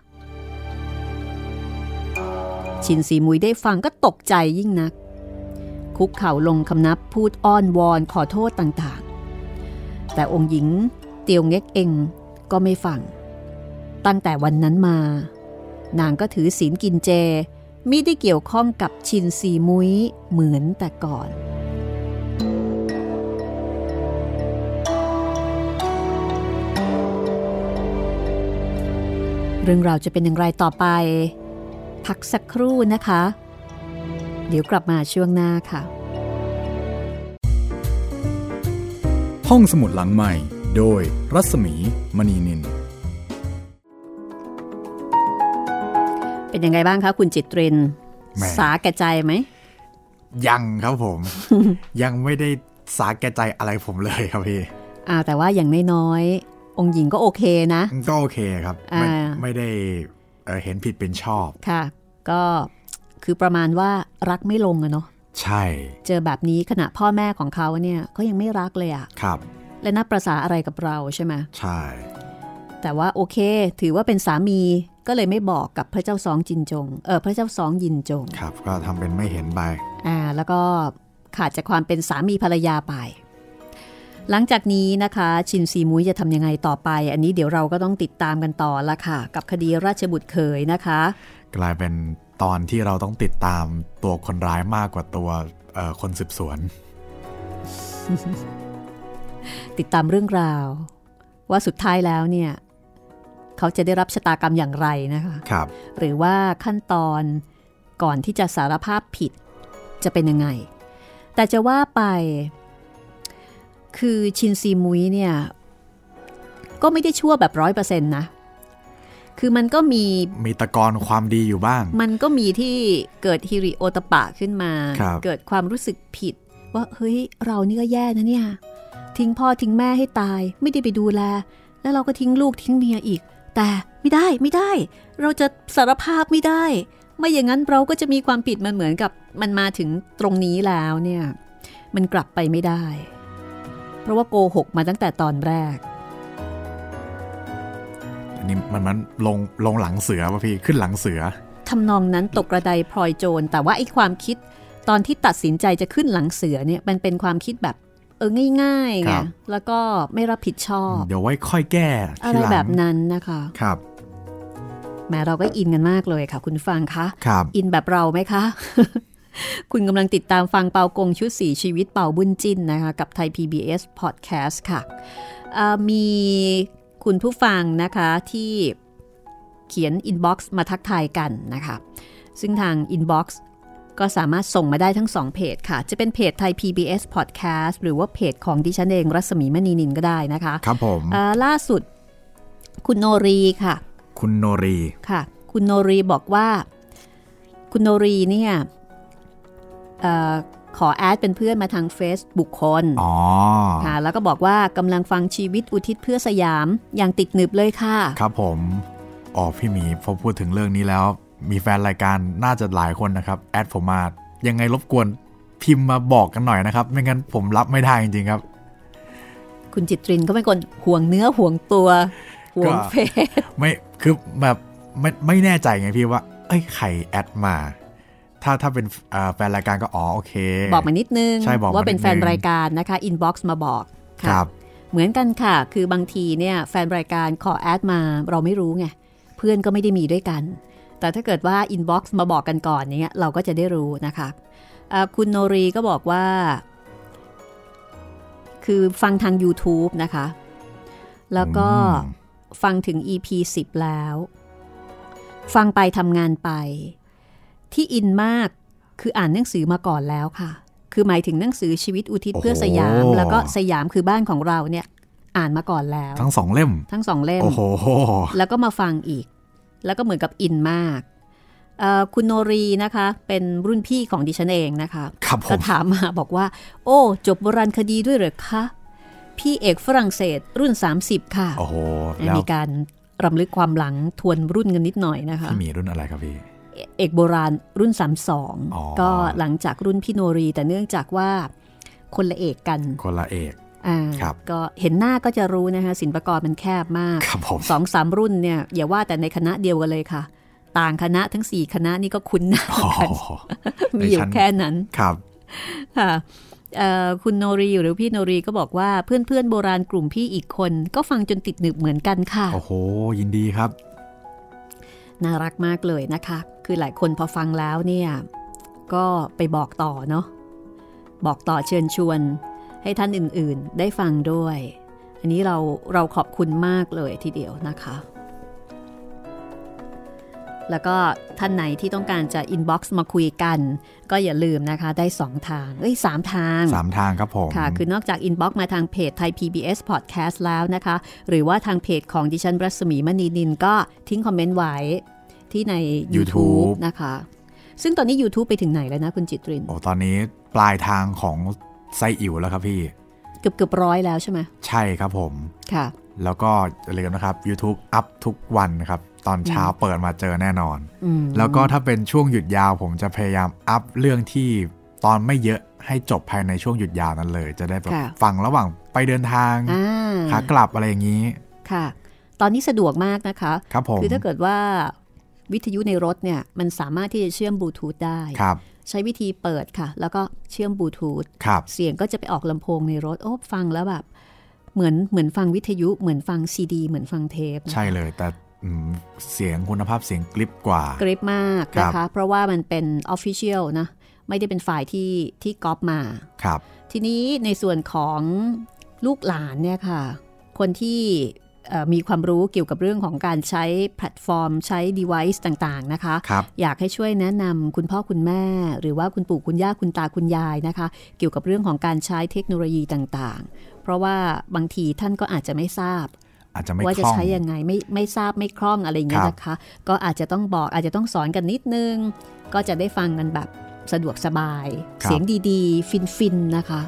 ชินซีมุยได้ฟังก็ตกใจยิ่งนักคุกเข่าลงคำนับพูดอ้อนวอนขอโทษต่างๆแต่องค์หญิงเตียวเง็กเองก็ไม่ฟังตั้งแต่วันนั้นมานางก็ถือศีลกินเจมิได้เกี่ยวข้องกับชินซีมุยเหมือนแต่ก่อนเรื่องราวจะเป็นอย่างไรต่อไปพักสักครู่นะคะเดี๋ยวกลับมาช่วงหน้าค่ะห้องสมุดหลังใหม่โดยรัศมีมณีนินเป็นยังไงบ้างคะคุณจิตรินสาแก่ใจไหมยังครับผม ยังไม่ได้สาแก่ใจอะไรผมเลยครับพี่แต่ว่าอย่างน้อยๆองค์หญิงก็โอเคนะก็โอเคครับ ไม่ได้เห็นผิดเป็นชอบค่ะก็คือประมาณว่ารักไม่ลงอะเนาะใช่เจอแบบนี้ขณะพ่อแม่ของเขาเนี่ยก็ยังไม่รักเลยอะครับและนับประสาอะไรกับเราใช่ไหมใช่แต่ว่าโอเคถือว่าเป็นสามีก็เลยไม่บอกกับพระเจ้าซองจินจงพระเจ้าซองยินจงครับก็ทำเป็นไม่เห็นไปแล้วก็ขาดจากความเป็นสามีภรรยาไปหลังจากนี้นะคะชินซีมุ้ยจะทำยังไงต่อไปอันนี้เดี๋ยวเราก็ต้องติดตามกันต่อละค่ะกับคดีราชบุตรเขยนะคะกลายเป็นตอนที่เราต้องติดตามตัวคนร้ายมากกว่าตัวคนสืบสวนติดตามเรื่องราวว่าสุดท้ายแล้วเนี่ยเขาจะได้รับชะตากรรมอย่างไรนะคะครับหรือว่าขั้นตอนก่อนที่จะสารภาพผิดจะเป็นยังไงแต่จะว่าไปคือชินซีมุ้ยเนี่ยก็ไม่ได้ชั่วแบบ 100% นะคือมันก็มีตะกอนความดีอยู่บ้างมันก็มีที่เกิดฮิริโอตปะขึ้นมาเกิดความรู้สึกผิดว่าเฮ้ยเรานี่ก็แย่นะเนี่ยทิ้งพ่อทิ้งแม่ให้ตายไม่ได้ไปดูแลแล้วเราก็ทิ้งลูกทิ้งเมียอีกแต่ไม่ได้เราจะสารภาพไม่ได้ไม่อย่างนั้นเราก็จะมีความผิดมันเหมือนกับมันมาถึงตรงนี้แล้วเนี่ยมันกลับไปไม่ได้เพราะว่าโกหกมาตั้งแต่ตอนแรกอันนี้มันลงหลังเสือป่ะพี่ขึ้นหลังเสือทำนองนั้นตกกระไดพลอยโจรแต่ว่าไอ้ความคิดตอนที่ตัดสินใจจะขึ้นหลังเสือเนี่ยมันเป็นความคิดแบบง่ายๆไงแล้วก็ไม่รับผิดชอบเดี๋ยวไว้ค่อยแก้อะไรแบบนั้นนะคะครับแม้เราก็อินกันมากเลยค่ะคุณฟังคะอินแบบเราไหมคะ คุณกำลังติดตามฟังเปากงชุด4ชีวิตเป่าบุญจิ้นนะคะกับไทย PBS Podcast ค่ะมีคุณผู้ฟังนะคะที่เขียนอินบ็อกซ์มาทักทายกันนะคะซึ่งทางอินบ็อกซ์ก็สามารถส่งมาได้ทั้ง2เพจค่ะจะเป็นเพจไทย PBS Podcast หรือว่าเพจของดิฉันเองรัศมีมณีนินก็ได้นะคะครับผมล่าสุดคุณโนรีค่ะคุณโนรีค่ะคุณโนรีบอกว่าคุณโนรีเนี่ยขอแอดเป็นเพื่อนมาทางเฟซบุคคลค่ะแล้วก็บอกว่ากำลังฟังชีวิตอุทิศเพื่อสยามอย่างติดหนึบเลยค่ะครับผมพี่หมีพอพูดถึงเรื่องนี้แล้วมีแฟนรายการน่าจะหลายคนนะครับแอดผมมายังไงรบกวนพิมพ์มาบอกกันหน่อยนะครับไม่งั้นผมรับไม่ได้จริงๆครับคุณจิตรินก็เป็นคนห่วงเนื้อห่วงตัวห่วงเฟซไม่คือแบบไม่แน่ใจไงพี่ว่าใครแอดมาถ้าเป็นแฟนรายการก็โอเคบอกมานิดนึงว่าเป็นแฟนรายการนะคะอินบ็อกซ์มาบอกครับเหมือนกันค่ะคือบางทีเนี่ยแฟนรายการขอแอดมาเราไม่รู้ไงเพื่อนก็ไม่ได้มีด้วยกันแต่ถ้าเกิดว่าอินบ็อกซ์มาบอกกันก่อนเนี้ยเราก็จะได้รู้นะคะคุณโนรีก็บอกว่าคือฟังทาง YouTube นะคะแล้วก็ฟังถึง EP 10แล้วฟังไปทำงานไปที่อินมากคืออ่านหนังสือมาก่อนแล้วค่ะคือหมายถึงหนังสือชีวิตอุทิศเพื่อสยามแล้วก็สยามคือบ้านของเราเนี่ยอ่านมาก่อนแล้วทั้ง2เล่มโอ้โหแล้วก็มาฟังอีกแล้วก็เหมือนกับอินมากคุณโนรีนะคะเป็นรุ่นพี่ของดิฉันเองนะคะก็ถามมาบอกว่าโอ้จบโบราณคดีด้วยเหรอคะพี่เอกฝรั่งเศสรุ่น30ค่ะโอ้โหมีการรำลึกความหลังทวนรุ่นกันนิดหน่อยนะคะพี่มีรุ่นอะไรครับพี่เอกโบราณรุ่น32ก็หลังจากรุ่นพี่โนรีแต่เนื่องจากว่าคนละเอกกันคนละเอกก็เห็นหน้าก็จะรู้นะคะศิลปากรมันแคบมาก 2-3 รุ่นเนี่ยอย่าว่าแต่ในคณะเดียวกันเลยค่ะต่างคณะทั้ง4คณะนี่ก็คุ้นหน้ากันมีอยู่แค่นั้นครับค่ะคุณโนรีหรือพี่โนรีก็บอกว่าเพื่อนโบราณกลุ่มพี่อีกคนก็ฟังจนติดหนึบเหมือนกันค่ะโอ้โหยินดีครับน่ารักมากเลยนะคะคือหลายคนพอฟังแล้วเนี่ยก็ไปบอกต่อเนาะบอกต่อเชิญชวนให้ท่านอื่นๆได้ฟังด้วยอันนี้เราขอบคุณมากเลยทีเดียวนะคะแล้วก็ท่านไหนที่ต้องการจะอินบ็อกซ์มาคุยกันก็อย่าลืมนะคะได้2ทาง3ทาง 3ทางครับผมค่ะคือนอกจากอินบ็อกซ์มาทางเพจไทย PBS Podcast แล้วนะคะหรือว่าทางเพจของดิฉันรัศมีมณีนินก็ทิ้งคอมเมนต์ไว้ที่ใน YouTube นะคะซึ่งตอนนี้ YouTube ไปถึงไหนแล้วนะคุณจิตรินตอนนี้ปลายทางของไซอิ๋วแล้วครับพี่เกือบ100แล้วใช่ไหมใช่ครับผมค่ะแล้วก็อย่าลืมนะครับ YouTube อัพทุกวันครับตอนเช้าเปิดมาเจอแน่นอนแล้วก็ถ้าเป็นช่วงหยุดยาวผมจะพยายามอัพเรื่องที่ตอนไม่เยอะให้จบภายในช่วงหยุดยาวนั้นเลยจะได้แบบฟังระหว่างไปเดินทางขากลับอะไรอย่างนี้ค่ะตอนนี้สะดวกมากนะคะครับผมคือถ้าเกิดว่าวิทยุในรถเนี่ยมันสามารถที่จะเชื่อมบลูทูธได้ใช้วิธีเปิดค่ะแล้วก็เชื่อมบลูทูธเสียงก็จะไปออกลำโพงในรถฟังแล้วแบบเหมือนฟังวิทยุเหมือนฟังซีดีเหมือนฟังเทปใช่เลยแต่เสียงคุณภาพเสียงกริบกว่ากริบมากนะคะเพราะว่ามันเป็น Official นะไม่ได้เป็นฝ่ายที่ก๊อปมาครับทีนี้ในส่วนของลูกหลานเนี่ยค่ะคนที่มีความรู้เกี่ยวกับเรื่องของการใช้แพลตฟอร์มใช้ device ต่างๆนะคะอยากให้ช่วยแนะนำคุณพ่อคุณแม่หรือว่าคุณปู่คุณย่าคุณตาคุณยายนะคะเกี่ยวกับเรื่องของการใช้เทคโนโลยีต่างๆเพราะว่าบางทีท่านก็อาจจะไม่ทราบว่าจะใช้ยังไงไม่ทราบไม่คล่องอะไรอย่างเงี้ยนะคะก็อาจจะต้องบอกอาจจะต้องสอนกันนิดนึงก็จะได้ฟังกันแบบสะดวกสบายเสียงดีๆฟินๆนะคะ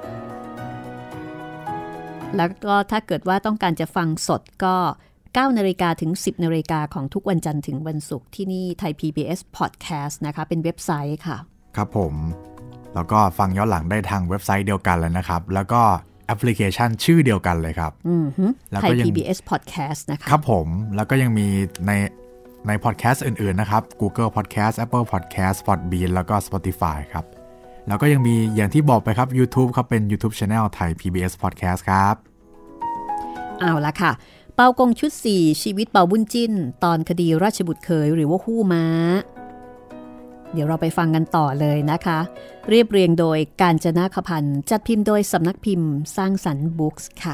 แล้วก็ถ้าเกิดว่าต้องการจะฟังสดก็ 9 นาฬิกาถึง 10 นาฬิกาของทุกวันจันทร์ถึงวันศุกร์ที่นี่ไทย PBS Podcast นะคะเป็นเว็บไซต์ค่ะครับผมแล้วก็ฟังย้อนหลังได้ทางเว็บไซต์เดียวกันเลยนะครับแล้วก็แอปพลิเคชันชื่อเดียวกันเลยครับแล้วก็ยัง PBS Podcast นะคะครับผมแล้วก็ยังมีในพอดแคสต์อื่นๆนะครับ Google Podcast Apple Podcast Podbean แล้วก็ Spotify ครับแล้วก็ยังมีอย่างที่บอกไปครับ YouTube ครับเป็น YouTube Channel ไทย PBS Podcast ครับเอาละค่ะเปากงชุด4ชีวิตเปาบุญจิ้นตอนคดีราชบุตรเขยหรือว่าฮู้ม้าเดี๋ยวเราไปฟังกันต่อเลยนะคะเรียบเรียงโดยกาญจนาคพันธ์จัดพิมพ์โดยสำนักพิมพ์สร้างสรรค์บุ๊กส์ค่ะ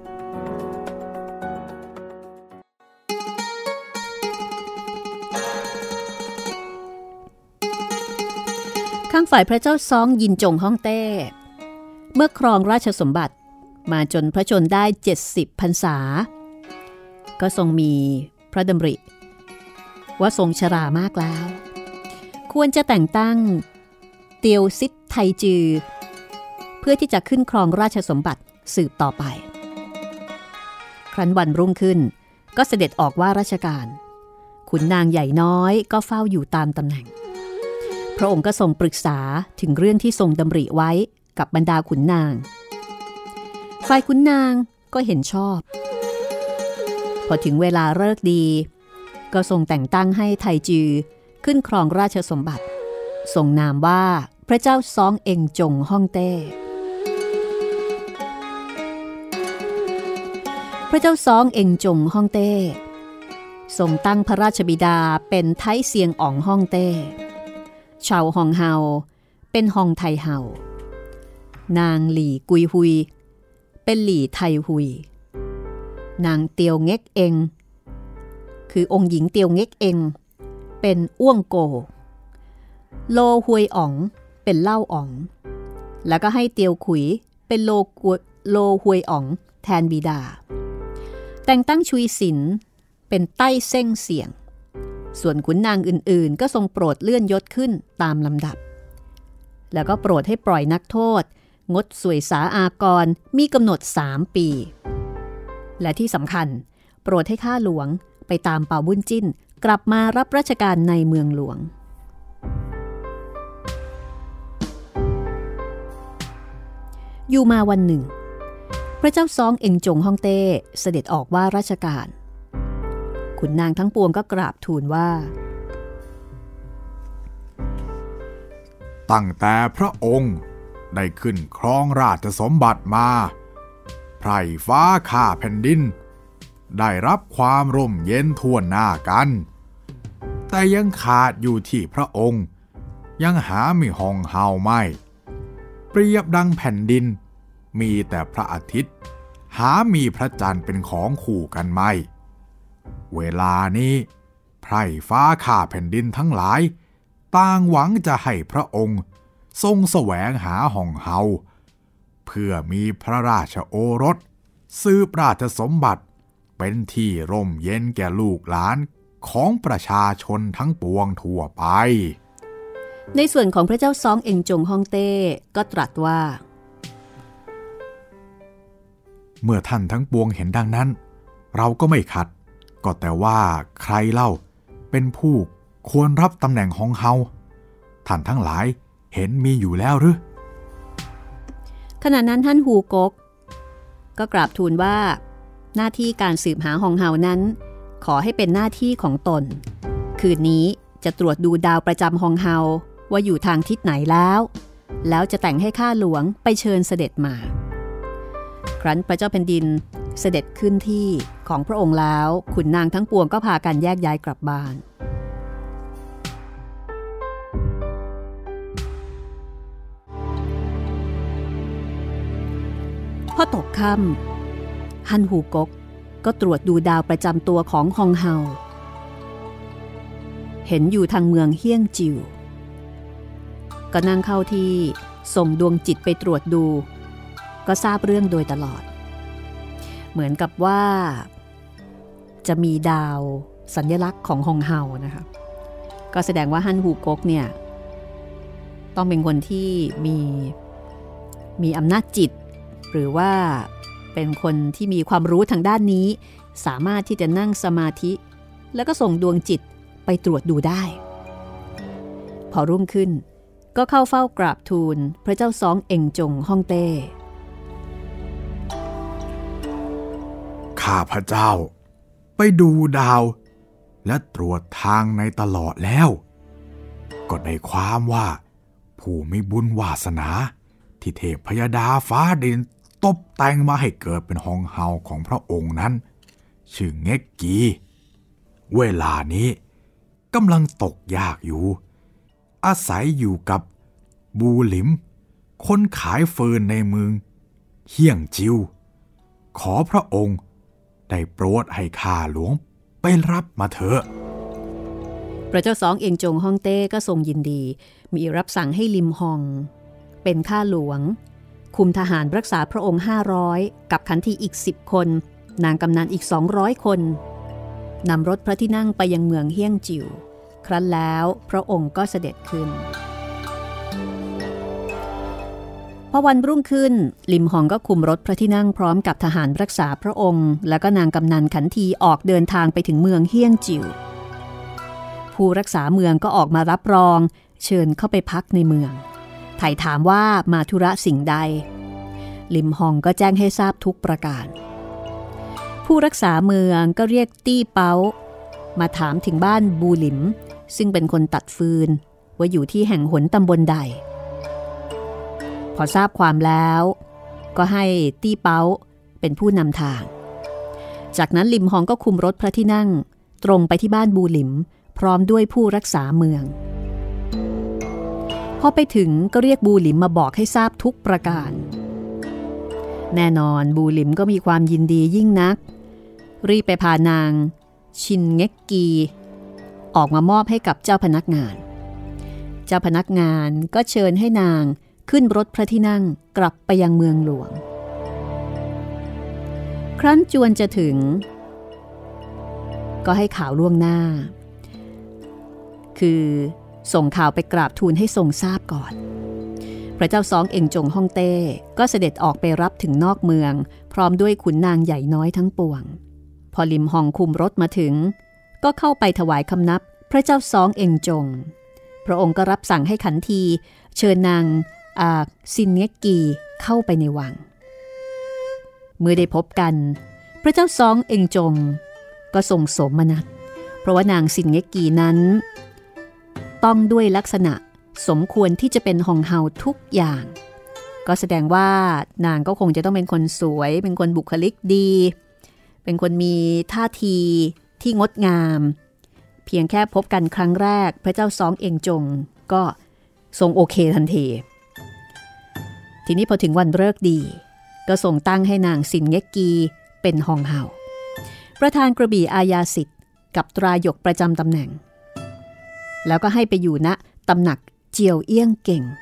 ข้างฝ่ายพระเจ้าซ้องยินจงฮ่องเต้เมื่อครองราชสมบัติมาจนพระชนได้70พรรษาก็ทรงมีพระดำริว่าทรงชรามากแล้วควรจะแต่งตั้งเตียวซิดไทจือเพื่อที่จะขึ้นครองราชสมบัติสืบต่อไปครั้นวันรุ่งขึ้นก็เสด็จออกว่าราชการขุนนางใหญ่น้อยก็เฝ้าอยู่ตามตำแหน่งพระองค์ก็ทรงปรึกษาถึงเรื่องที่ทรงดำริไว้กับบรรดาขุนนางฝ่ายขุนนางก็เห็นชอบพอถึงเวลาฤกษ์ดีก็ทรงแต่งตั้งให้ไทจือขึ้นครองราชสมบัติทรงนามว่าพระเจ้าซ้องเอ็งจงฮ่องเต้พระเจ้าซ้องเอ็งจงฮ่องเต้ทรงตั้งพระราชบิดาเป็นไทเซียงอ๋องฮ่องเต้ชาวฮองเฮาเป็นฮองไทเฮานางหลี่กุยฮุยเป็นหลี่ไทฮุยนางเตียวเง็กเองคือองค์หญิงเตียวเง็กเองเป็นอ้วงโกโลฮวยอ๋องเป็นเล่าอ๋องแล้วก็ให้เตียวขุยเป็นโลฮวยอ๋องแทนบิดาแต่งตั้งชุยสินเป็นใต้เส้งเสียงส่วนขุนนางอื่นๆก็ทรงโปรดเลื่อนยศขึ้นตามลำดับแล้วก็โปรดให้ปล่อยนักโทษงดสวยสาอากรมีกำหนด3 ปีและที่สำคัญโปรดให้ข้าหลวงไปตามเป่าบุญจิ้นกลับมารับราชการในเมืองหลวงอยู่มาวันหนึ่งพระเจ้าซ้องเอ็งจงฮ่องเต้เสด็จออกว่าราชการขุนนางทั้งปวงก็กราบทูลว่าตั้งแต่พระองค์ได้ขึ้นครองราชสมบัติมาไพร่ฟ้าข้าแผ่นดินได้รับความร่มเย็นทั่วหน้ากันแต่ยังขาดอยู่ที่พระองค์ยังหาไม่ห่องเฮาไม่เปรียบดังแผ่นดินมีแต่พระอาทิตย์หามีพระจันทร์เป็นของคู่กันไม่เวลานี้ไพร่ฟ้าข้าแผ่นดินทั้งหลายต่างหวังจะให้พระองค์ทรงแสวงหาห่องเฮาเพื่อมีพระราชโอรสสืบราชสมบัติเป็นที่ร่มเย็นแก่ลูกหลานของประชาชนทั้งปวงทั่วไปในส่วนของพระเจ้าซ้องเอ็งจงฮ่องเต้ก็ตรัสว่าเมื่อท่านทั้งปวงเห็นดังนั้นเราก็ไม่ขัดก็แต่ว่าใครเล่าเป็นผู้ควรรับตำแหน่งของเฮาท่านทั้งหลายเห็นมีอยู่แล้วหรือขณะนั้นท่านฮูกกก็กราบทูลว่าหน้าที่การสืบหาฮองเฮานั้นขอให้เป็นหน้าที่ของตนคืนนี้จะตรวจดูดาวประจำฮองเฮาว่าอยู่ทางทิศไหนแล้วจะแต่งให้ข้าหลวงไปเชิญเสด็จมาครั้นพระเจ้าแผ่นดินเสด็จขึ้นที่ของพระองค์แล้วขุนนางทั้งปวงก็พากันแยกย้ายกลับบ้านพอตกค่ำฮันฮูกกก็ตรวจดูดาวประจำตัวของฮองเฮาเห็นอยู่ทางเมืองเฮี้ยงจิวก็นั่งเข้าที่ส่งดวงจิตไปตรวจดูก็ทราบเรื่องโดยตลอดเหมือนกับว่าจะมีดาวสัญลักษณ์ของฮองเฮานะคะก็แสดงว่าฮันฮูกกเนี่ยต้องเป็นคนที่มีอำนาจจิตหรือว่าเป็นคนที่มีความรู้ทางด้านนี้สามารถที่จะนั่งสมาธิแล้วก็ส่งดวงจิตไปตรวจดูได้พอรุ่งขึ้นก็เข้าเฝ้ากราบทูลพระเจ้าซ้องเอ็งจงฮ่องเต้ข้าพเจ้าไปดูดาวและตรวจทางในตลอดแล้วก็ได้ความว่าผู้มีบุญวาสนาที่เทพพยดาฟ้าดินตบแต่งมาให้เกิดเป็นหองเฮาของพระองค์นั้นชื่อเง็กกีเวลานี้กำลังตกยากอยู่อาศัยอยู่กับบูหลิมคนขายเฟิร์นในเมืองเฮี่ยงจิวขอพระองค์ได้โปรดให้ข้าหลวงไปรับมาเถอะพระเจ้าสองเอ็งจงฮ่องเต้ก็ทรงยินดีมีรับสั่งให้ลิมฮองเป็นข้าหลวงคุมทหารรักษาพระองค์500กับขันทีอีก10คนนางกำนันอีก200คนนำรถพระที่นั่งไปยังเมืองเฮี่ยงจิวครั้นแล้วพระองค์ก็เสด็จขึ้นพอวันรุ่งขึ้นลิมฮองก็คุมรถพระที่นั่งพร้อมกับทหารรักษาพระองค์และก็นางกำนันขันทีออกเดินทางไปถึงเมืองเฮี่ยงจิวผู้รักษาเมืองก็ออกมารับรองเชิญเข้าไปพักในเมืองไถ่ถามว่ามาธุระสิ่งใดลิมฮองก็แจ้งให้ทราบทุกประการผู้รักษาเมืองก็เรียกตี้เปามาถามถึงบ้านบูหลิมซึ่งเป็นคนตัดฟืนว่าอยู่ที่แห่งหนตำบลใดพอทราบความแล้วก็ให้ตี้เปาเป็นผู้นำทางจากนั้นลิมฮองก็คุมรถพระที่นั่งตรงไปที่บ้านบูหลิมพร้อมด้วยผู้รักษาเมืองพอไปถึงก็เรียกบูหลิมมาบอกให้ทราบทุกประการแน่นอนบูหลิมก็มีความยินดียิ่งนักรีบไปพานางชินเง็กกีออกมามอบให้กับเจ้าพนักงานเจ้าพนักงานก็เชิญให้นางขึ้นรถพระที่นั่งกลับไปยังเมืองหลวงครั้นจวนจะถึงก็ให้ข่าวล่วงหน้าคือส่งข่าวไปกราบทูลให้ทรงทราบก่อนพระเจ้าซองเอ็งจงฮ่องเต้ก็เสด็จออกไปรับถึงนอกเมืองพร้อมด้วยขุนนางใหญ่น้อยทั้งปวงพอลิมฮองคุมรถมาถึงก็เข้าไปถวายคำนับพระเจ้าซองเอ็งจงพระองค์ก็รับสั่งให้ขันทีเชิญนางซินเง็กกีเข้าไปในวังเมื่อได้พบกันพระเจ้าซองเอ็งจงก็ทรงโสมนัสเพราะว่านางซินเง็กกีนั้นต้องด้วยลักษณะสมควรที่จะเป็นฮองเฮาทุกอย่างก็แสดงว่านางก็คงจะต้องเป็นคนสวยเป็นคนบุคลิกดีเป็นคนมีท่าทีที่งดงามเพียงแค่พบกันครั้งแรกพระเจ้าซองเอ็งจงก็ทรงโอเคทันทีทีนี้พอถึงวันฤกษ์ดีก็ทรงตั้งให้นางซินเง็กกีเป็นฮองเฮาประธานกระบี่อาญาสิทธิ์กับตราหยกประจำตำแหน่งแล้วก็ให้ไปอยู่ณตำหนักเจียวเอี้ยงเก่ง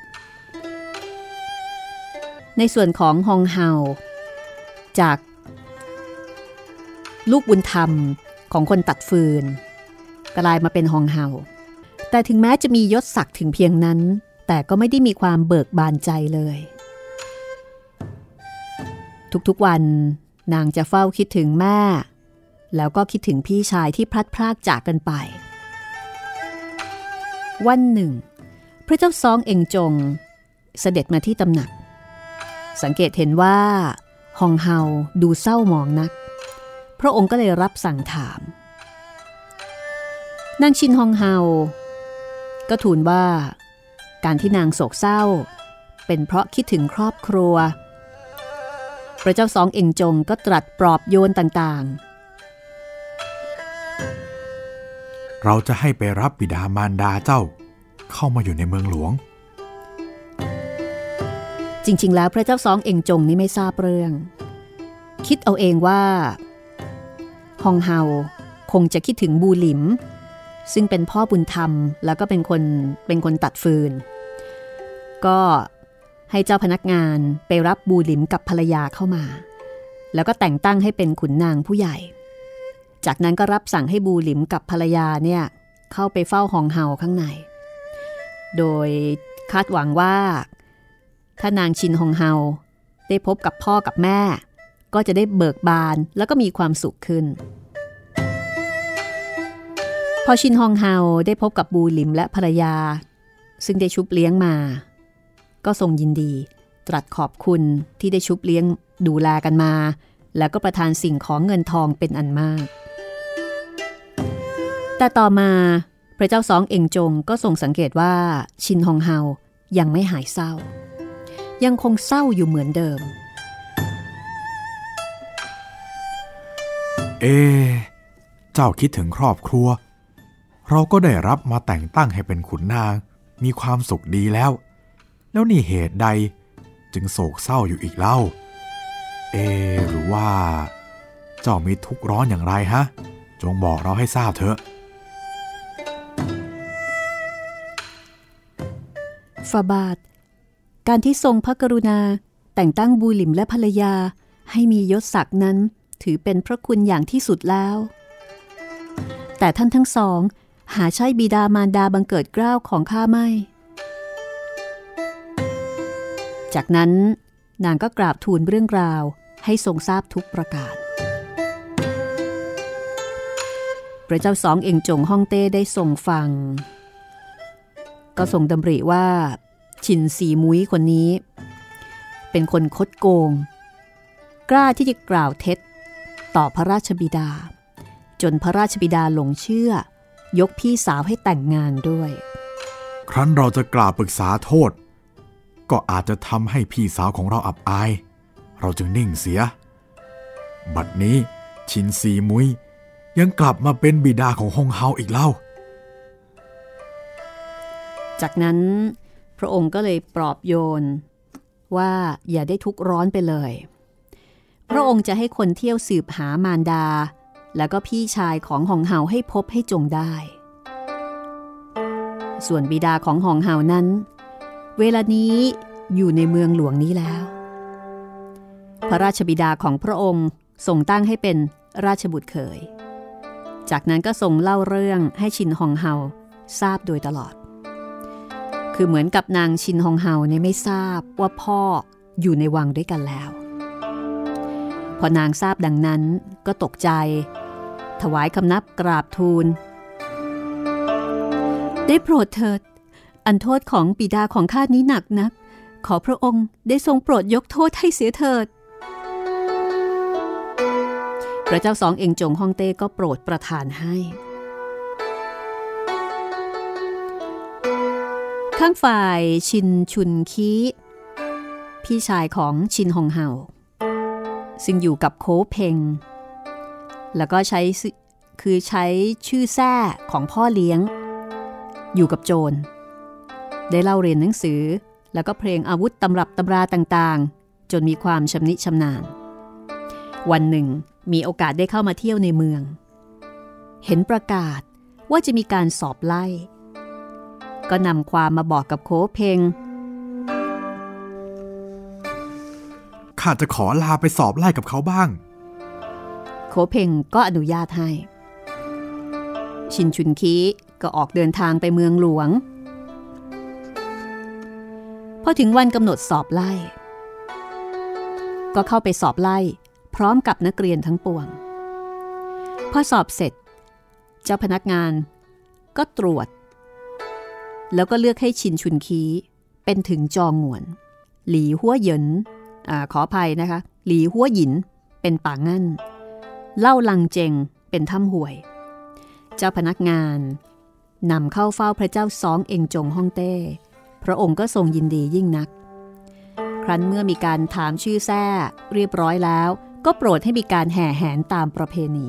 ในส่วนของฮองเฮาจากลูกบุญธรรมของคนตัดฟืนกลายมาเป็นฮองเฮาแต่ถึงแม้จะมียศศักดิ์ถึงเพียงนั้นแต่ก็ไม่ได้มีความเบิกบานใจเลยทุกๆวันนางจะเฝ้าคิดถึงแม่แล้วก็คิดถึงพี่ชายที่พลัดพรากจากกันไปวันหนึ่งพระเจ้าซองเอ็งจงเสด็จมาที่ตำหนักสังเกตเห็นว่าฮองเฮาดูเศร้าหมองนักพระองค์ก็เลยรับสั่งถามนางชินฮองเฮาก็ทูลว่าการที่นางโศกเศร้าเป็นเพราะคิดถึงครอบครัวพระเจ้าซองเอ็งจงก็ตรัสปลอบโยนต่างๆเราจะให้ไปรับบิดามารดาเจ้าเข้ามาอยู่ในเมืองหลวงจริงๆแล้วพระเจ้าซองเอ็งจงนี่ไม่ทราบเรื่องคิดเอาเองว่าฮองเฮาคงจะคิดถึงบูหลิมซึ่งเป็นพ่อบุญธรรมแล้วก็เป็นคนตัดฟืนก็ให้เจ้าพนักงานไปรับบูหลิมกับภรรยาเข้ามาแล้วก็แต่งตั้งให้เป็นขุนนางผู้ใหญ่จากนั้นก็รับสั่งให้บูหลิมกับภรรยาเนี่ยเข้าไปเฝ้าฮองเฮาข้างในโดยคาดหวังว่าถ้านางชินฮองเฮาได้พบกับพ่อกับแม่ก็จะได้เบิกบานแล้วก็มีความสุขขึ้นพอชินฮองเฮาได้พบกับบูหลิมและภรรยาซึ่งได้ชุบเลี้ยงมาก็ทรงยินดีตรัสขอบคุณที่ได้ชุบเลี้ยงดูแลกันมาแล้วก็ประทานสิ่งของเงินทองเป็นอันมากแต่ต่อมาพระเจ้าซองเอ็งจงก็ทรงสังเกตว่าชินฮองเฮายังไม่หายเศร้ายังคงเศร้าอยู่เหมือนเดิมเจ้าคิดถึงครอบครัวเราก็ได้รับมาแต่งตั้งให้เป็นขุนนางมีความสุขดีแล้วนี่เหตุใดจึงโศกเศร้าอยู่อีกเล่าหรือว่าเจ้ามีทุกข์ร้อนอย่างไรฮะจงบอกเราให้ทราบเถอะฝ่าบาทการที่ทรงพระกรุณาแต่งตั้งบูหลิมและภรรยาให้มียศศักดิ์นั้นถือเป็นพระคุณอย่างที่สุดแล้วแต่ท่านทั้งสองหาใช่บิดามารดาบังเกิดเกล้าของข้าไม่จากนั้นนางก็กราบทูลเรื่องราวให้ทรงทราบทุกประการพระเจ้าซองเอ็งจงฮ่องเต้ได้ทรงฟังก็ทรงดำริว่าชินซีมุ้ยคนนี้เป็นคนคดโกงกล้าที่จะกล่าวเท็จต่อพระราชบิดาจนพระราชบิดาหลงเชื่อยกพี่สาวให้แต่งงานด้วยครั้นเราจะกล่าวปรึกษาโทษก็อาจจะทำให้พี่สาวของเราอับอายเราจึงนิ่งเสียบัดนี้ชินซีมุ้ยยังกลับมาเป็นบิดาของฮงเฮาอีกเล่าจากนั้นพระองค์ก็เลยปลอบโยนว่าอย่าได้ทุกข์ร้อนไปเลยพระองค์จะให้คนเที่ยวสืบหามารดาแล้วก็พี่ชายของฮองเฮาให้พบให้จงได้ส่วนบิดาของฮองเฮานั้นเวลานี้อยู่ในเมืองหลวงนี้แล้วพระราชบิดาของพระองค์ทรงตั้งให้เป็นราชบุตรเขยจากนั้นก็ทรงเล่าเรื่องให้ชินฮองเฮาทราบโดยตลอดคือเหมือนกับนางชินฮองเฮาเนี่ยไม่ทราบว่าพ่ออยู่ในวังด้วยกันแล้วพอนางทราบดังนั้นก็ตกใจถวายคำนับกราบทูลได้โปรดเถิดอันโทษของบิดาของข้านี้หนักนักขอพระองค์ได้ทรงโปรดยกโทษให้เสียเถิดพระเจ้าซองเอ็งจงฮ่องเต้ก็โปรดประทานให้ข้างฝ่ายชินชุนคีพี่ชายของชินฮองเฮาซึ่งอยู่กับโคเพ็งแล้วก็ใช้ชื่อแท้ของพ่อเลี้ยงอยู่กับโจรได้เล่าเรียนหนังสือแล้วก็เพลงอาวุธตำรับตำราต่างๆจนมีความชำนิชำนาญวันหนึ่งมีโอกาสได้เข้ามาเที่ยวในเมืองเห็นประกาศว่าจะมีการสอบไล่ก็นำความมาบอกกับโคเพ็งข้าจะขอลาไปสอบไล่กับเขาบ้างโคเพ็งก็อนุญาตให้ชินชุนคีก็ออกเดินทางไปเมืองหลวงพอถึงวันกำหนดสอบไล่ก็เข้าไปสอบไล่พร้อมกับนักเรียนทั้งปวงพอสอบเสร็จเจ้าพนักงานก็ตรวจแล้วก็เลือกให้ชินชุนคีเป็นถึงจองหงวนหลีหัวเหยินขออภัยนะคะหลีหัวหยินเป็นป่างั้นเล่าลังเจงเป็นถ้ำห่วยเจ้าพนักงานนำเข้าเฝ้าพระเจ้าซองเอ็งจงฮ่องเต้พระองค์ก็ทรงยินดียิ่งนักครั้นเมื่อมีการถามชื่อแท้เรียบร้อยแล้วก็โปรดให้มีการแห่แหนตามประเพณี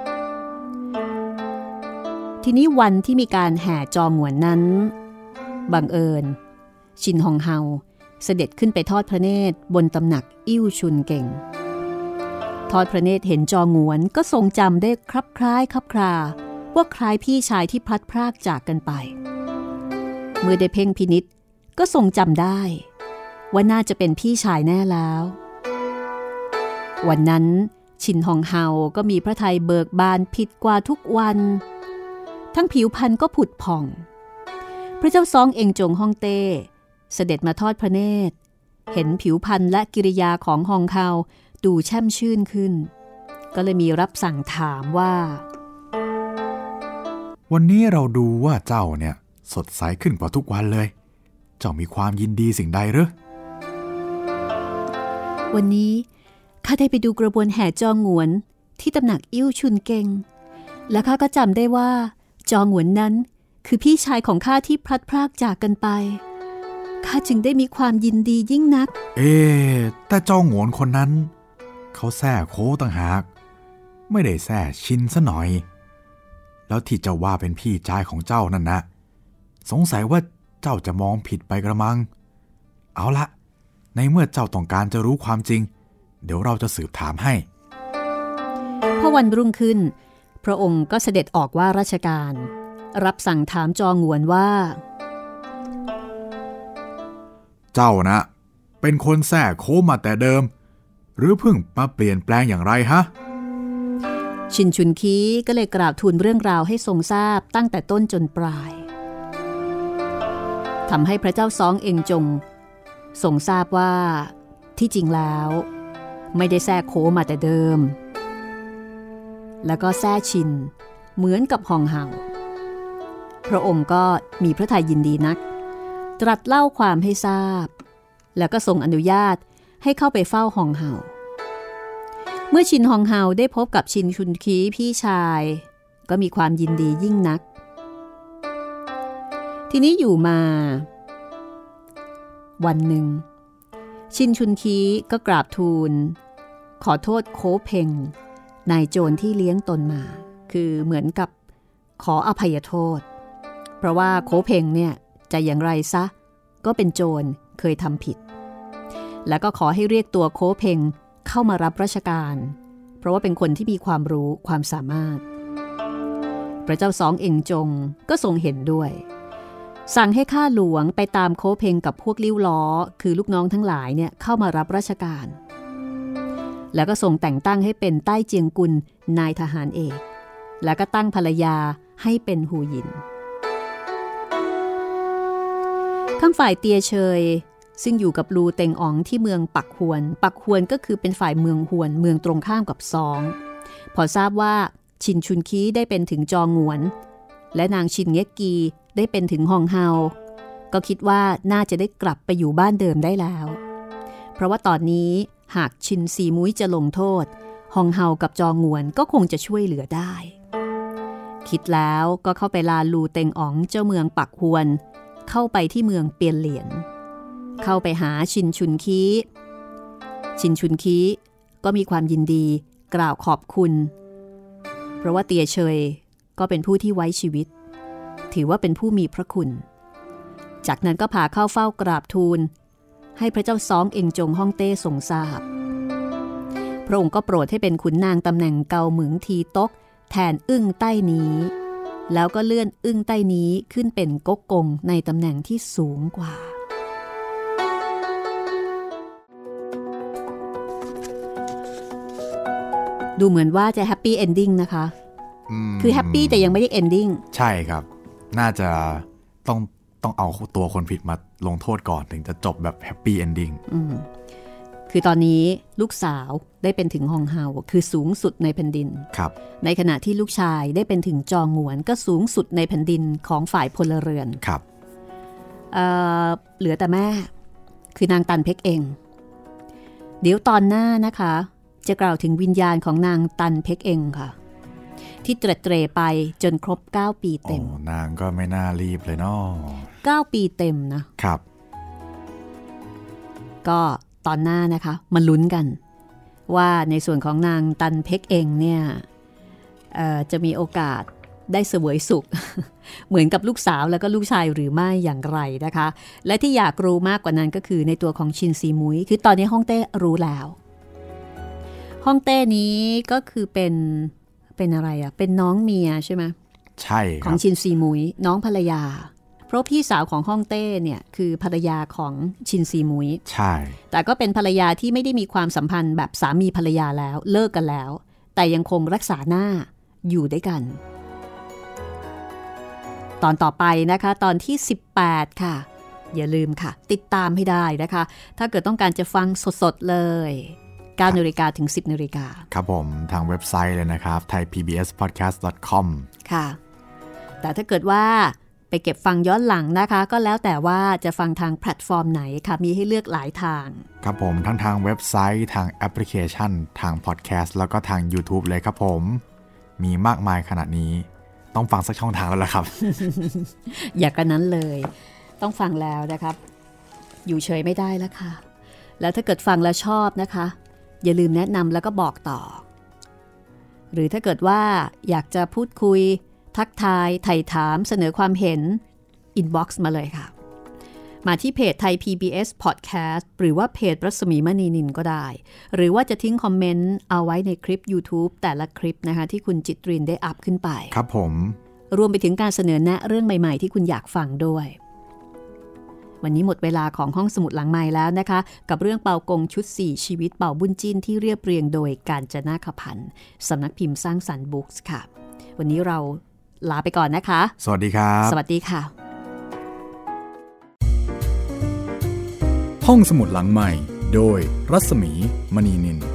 ทีนี้วันที่มีการแห่จองหงวนนั้นบังเอิญชินฮองเฮาเสด็จขึ้นไปทอดพระเนตรบนตำหนักอิ่วชุนเก่งทอดพระเนตรเห็นจองหงวนก็ทรงจำได้คลับคล้ายคลับคลาว่าคล้ายพี่ชายที่พลัดพรากจากกันไปเมื่อได้เพ่งพินิจก็ทรงจำได้ว่าน่าจะเป็นพี่ชายแน่แล้ววันนั้นชินฮองเฮาก็มีพระทัยเบิกบานผิดกว่าทุกวันทั้งผิวพรรณก็ผุดผ่องพระเจ้าซองเอ็งจงฮ่องเต้เสด็จมาทอดพระเนตรเห็นผิวพรรณและกิริยาของฮองเฮาดูแช่มชื่นขึ้นก็เลยมีรับสั่งถามว่าวันนี้เราดูว่าเจ้าเนี่ยสดใสขึ้นกว่าทุกวันเลยเจ้ามีความยินดีสิ่งใดหรือวันนี้ข้าได้ไปดูกระบวนแห่จองหวนที่ตำหนักอิ่วชุนเกงและข้าก็จำได้ว่าจองหวนนั้นคือพี่ชายของข้าที่พลัดพรากจากกันไปข้าจึงได้มีความยินดียิ่งนักแต่จองหวนคนนั้นเขาแซ่โค้ต่างหากไม่ได้แซ่ชินซะหน่อยแล้วที่เจ้าว่าเป็นพี่ชายของเจ้านั่นนะสงสัยว่าเจ้าจะมองผิดไปกระมังเอาละในเมื่อเจ้าต้องการจะรู้ความจริงเดี๋ยวเราจะสืบถามให้พอวันรุ่งขึ้นพระองค์ก็เสด็จออกว่าราชการรับสั่งถามจองหวนว่าเจ้านะเป็นคนแซ่โค้มาแต่เดิมหรือเพิ่งมาเปลี่ยนแปลงอย่างไรฮะชินชุนคีก็เลยกราบทูลเรื่องราวให้ทรงทราบตั้งแต่ต้นจนปลายทำให้พระเจ้าซ้องเอ็งจงทรงทราบว่าที่จริงแล้วไม่ได้แซ่โค้มาแต่เดิมแล้วก็แซ่ชินเหมือนกับฮองเฮาพระองค์ก็มีพระทัยยินดีนักตรัสเล่าความให้ทราบแล้วก็ทรงอนุญาตให้เข้าไปเฝ้าฮองเฮาเมื่อชินฮองเฮาได้พบกับชินชุนคีพี่ชายก็มีความยินดียิ่งนักทีนี้อยู่มาวันหนึ่งชินชุนคีก็กราบทูลขอโทษโคเพ็งนายโจรที่เลี้ยงตนมาคือเหมือนกับขออภัยโทษเพราะว่าโคเพ็งเนี่ยจะอย่างไรซะก็เป็นโจรเคยทำผิดแล้วก็ขอให้เรียกตัวโคเพ็งเข้ามารับราชการเพราะว่าเป็นคนที่มีความรู้ความสามารถพระเจ้าซ้องเอ็งจงก็ทรงเห็นด้วยสั่งให้ข้าหลวงไปตามโคเพ็งกับพวกลิ้วล้อคือลูกน้องทั้งหลายเนี่ยเข้ามารับราชการแล้วก็ทรงแต่งตั้งให้เป็นใต้เจียงกุลนายทหารเอกแล้วก็ตั้งภรรยาให้เป็นหูหยินข้างฝ่ายเตียเชยซึ่งอยู่กับลูเต็งอ๋องที่เมืองปักฮวนก็คือเป็นฝ่ายเมืองฮวนเมืองตรงข้ามกับซองพอทราบว่าชินชุนคีได้เป็นถึงจองหวนและนางชินเง็กกีได้เป็นถึงฮองเฮาก็คิดว่าน่าจะได้กลับไปอยู่บ้านเดิมได้แล้วเพราะว่าตอนนี้หากชินซีมุ้ยจะลงโทษฮองเฮากับจองหวนก็คงจะช่วยเหลือได้คิดแล้วก็เข้าไปลาลูเต็งอ๋องเจ้าเมืองปักฮวนเข้าไปที่เมืองเปียนเหลียนเข้าไปหาชินชุนคีก็มีความยินดีกล่าวขอบคุณเพราะว่าเตียเชยก็เป็นผู้ที่ไว้ชีวิตถือว่าเป็นผู้มีพระคุณจากนั้นก็พาเข้าเฝ้ากราบทูลให้พระเจ้าซ้องเอ็งจงฮ่องเต้ทรงทราบพระองค์ก็โปรดให้เป็นขุนนางตำแหน่งเกาหมึงทีต๊กแทนอึ้งใต้นี้แล้วก็เลื่อนอึ้งใต้นี้ขึ้นเป็นก๊กกงในตำแหน่งที่สูงกว่าดูเหมือนว่าจะแฮปปี้เอนดิ้งนะคะคือแฮปปี้แต่ยังไม่ได้เอนดิ้งใช่ครับน่าจะต้องเอาตัวคนผิดมาลงโทษก่อนถึงจะจบแบบแฮปปี้เอนดิ้งคือตอนนี้ลูกสาวได้เป็นถึงฮองเฮาคือสูงสุดในแผ่นดินครับในขณะที่ลูกชายได้เป็นถึงจองหวนก็สูงสุดในแผ่นดินของฝ่ายพลเรือนครับเหลือแต่แม่คือนางตันเพ็กเองเดี๋ยวตอนหน้านะคะจะกล่าวถึงวิญญาณของนางตันเพ็กเองค่ะที่เตร่ไปจนครบ9ปีเต็มนางก็ไม่น่ารีบเลยเนาะ 9ปีเต็มนะครับก็ตอนหน้านะคะมาลุ้นกันว่าในส่วนของนางตันเพ็กเองเนี่ยจะมีโอกาสได้เสวยสุข เหมือนกับลูกสาวแล้วก็ลูกชายหรือไม่อย่างไรนะคะและที่อยากรู้มากกว่านั้นก็คือในตัวของชินซีมุ้ยคือตอนนี้ฮ่องเต้รู้แล้วฮ่องเต้นี้ก็คือเป็นอะไรอ่ะเป็นน้องเมียใช่ไหมใช่ครับของชินซีมุ้ยน้องภรรยาเพราะพี่สาวของฮ่องเต้เนี่ยคือภรรยาของชินซีมุ้ยใช่แต่ก็เป็นภรรยาที่ไม่ได้มีความสัมพันธ์แบบสามีภรรยาแล้วเลิกกันแล้วแต่ยังคงรักษาหน้าอยู่ด้วยกันตอนต่อไปนะคะตอนที่18ค่ะอย่าลืมค่ะติดตามให้ได้นะคะถ้าเกิดต้องการจะฟังสดๆเลย9 นาฬิกาถึง 10 นาฬิกาครับผมทางเว็บไซต์เลยนะครับ thaipbspodcast.com ค่ะแต่ถ้าเกิดว่าไปเก็บฟังย้อนหลังนะคะก็แล้วแต่ว่าจะฟังทางแพลตฟอร์มไหนค่ะมีให้เลือกหลายทางครับผมทั้งทางเว็บไซต์ทางแอปพลิเคชันทางพอดแคสต์แล้วก็ทาง YouTube เลยครับผมมีมากมายขนาดนี้ต้องฟังสักช่องทางแล้วล่ะครับอย่ากระนั้นเลยต้องฟังแล้วนะครับอยู่เฉยไม่ได้แล้วค่ะแล้วถ้าเกิดฟังแล้วชอบนะคะอย่าลืมแนะนำแล้วก็บอกต่อหรือถ้าเกิดว่าอยากจะพูดคุยทักทายไถ่ถามเสนอความเห็นอินบ็อกซ์มาเลยค่ะมาที่เพจไทย PBS Podcast หรือว่าเพจรัศมีมณีนินก็ได้หรือว่าจะทิ้งคอมเมนต์เอาไว้ในคลิป YouTube แต่ละคลิปนะคะที่คุณจิตรินได้อัพขึ้นไปครับผมรวมไปถึงการเสนอแนะเรื่องใหม่ๆที่คุณอยากฟังด้วยวันนี้หมดเวลาของห้องสมุดหลังไมค์แล้วนะคะกับเรื่องเป่ากงชุด4ชีวิตเป่าบุญจิ้นที่เรียบเรียงโดยกาญจนาคพันธ์สำนักพิมพ์สร้างสรรค์บุ๊กส์ค่ะวันนี้เราลาไปก่อนนะคะสวัสดีครับสวัสดีค่ะห้องสมุดหลังไมค์โดยรัศมีมณีนิน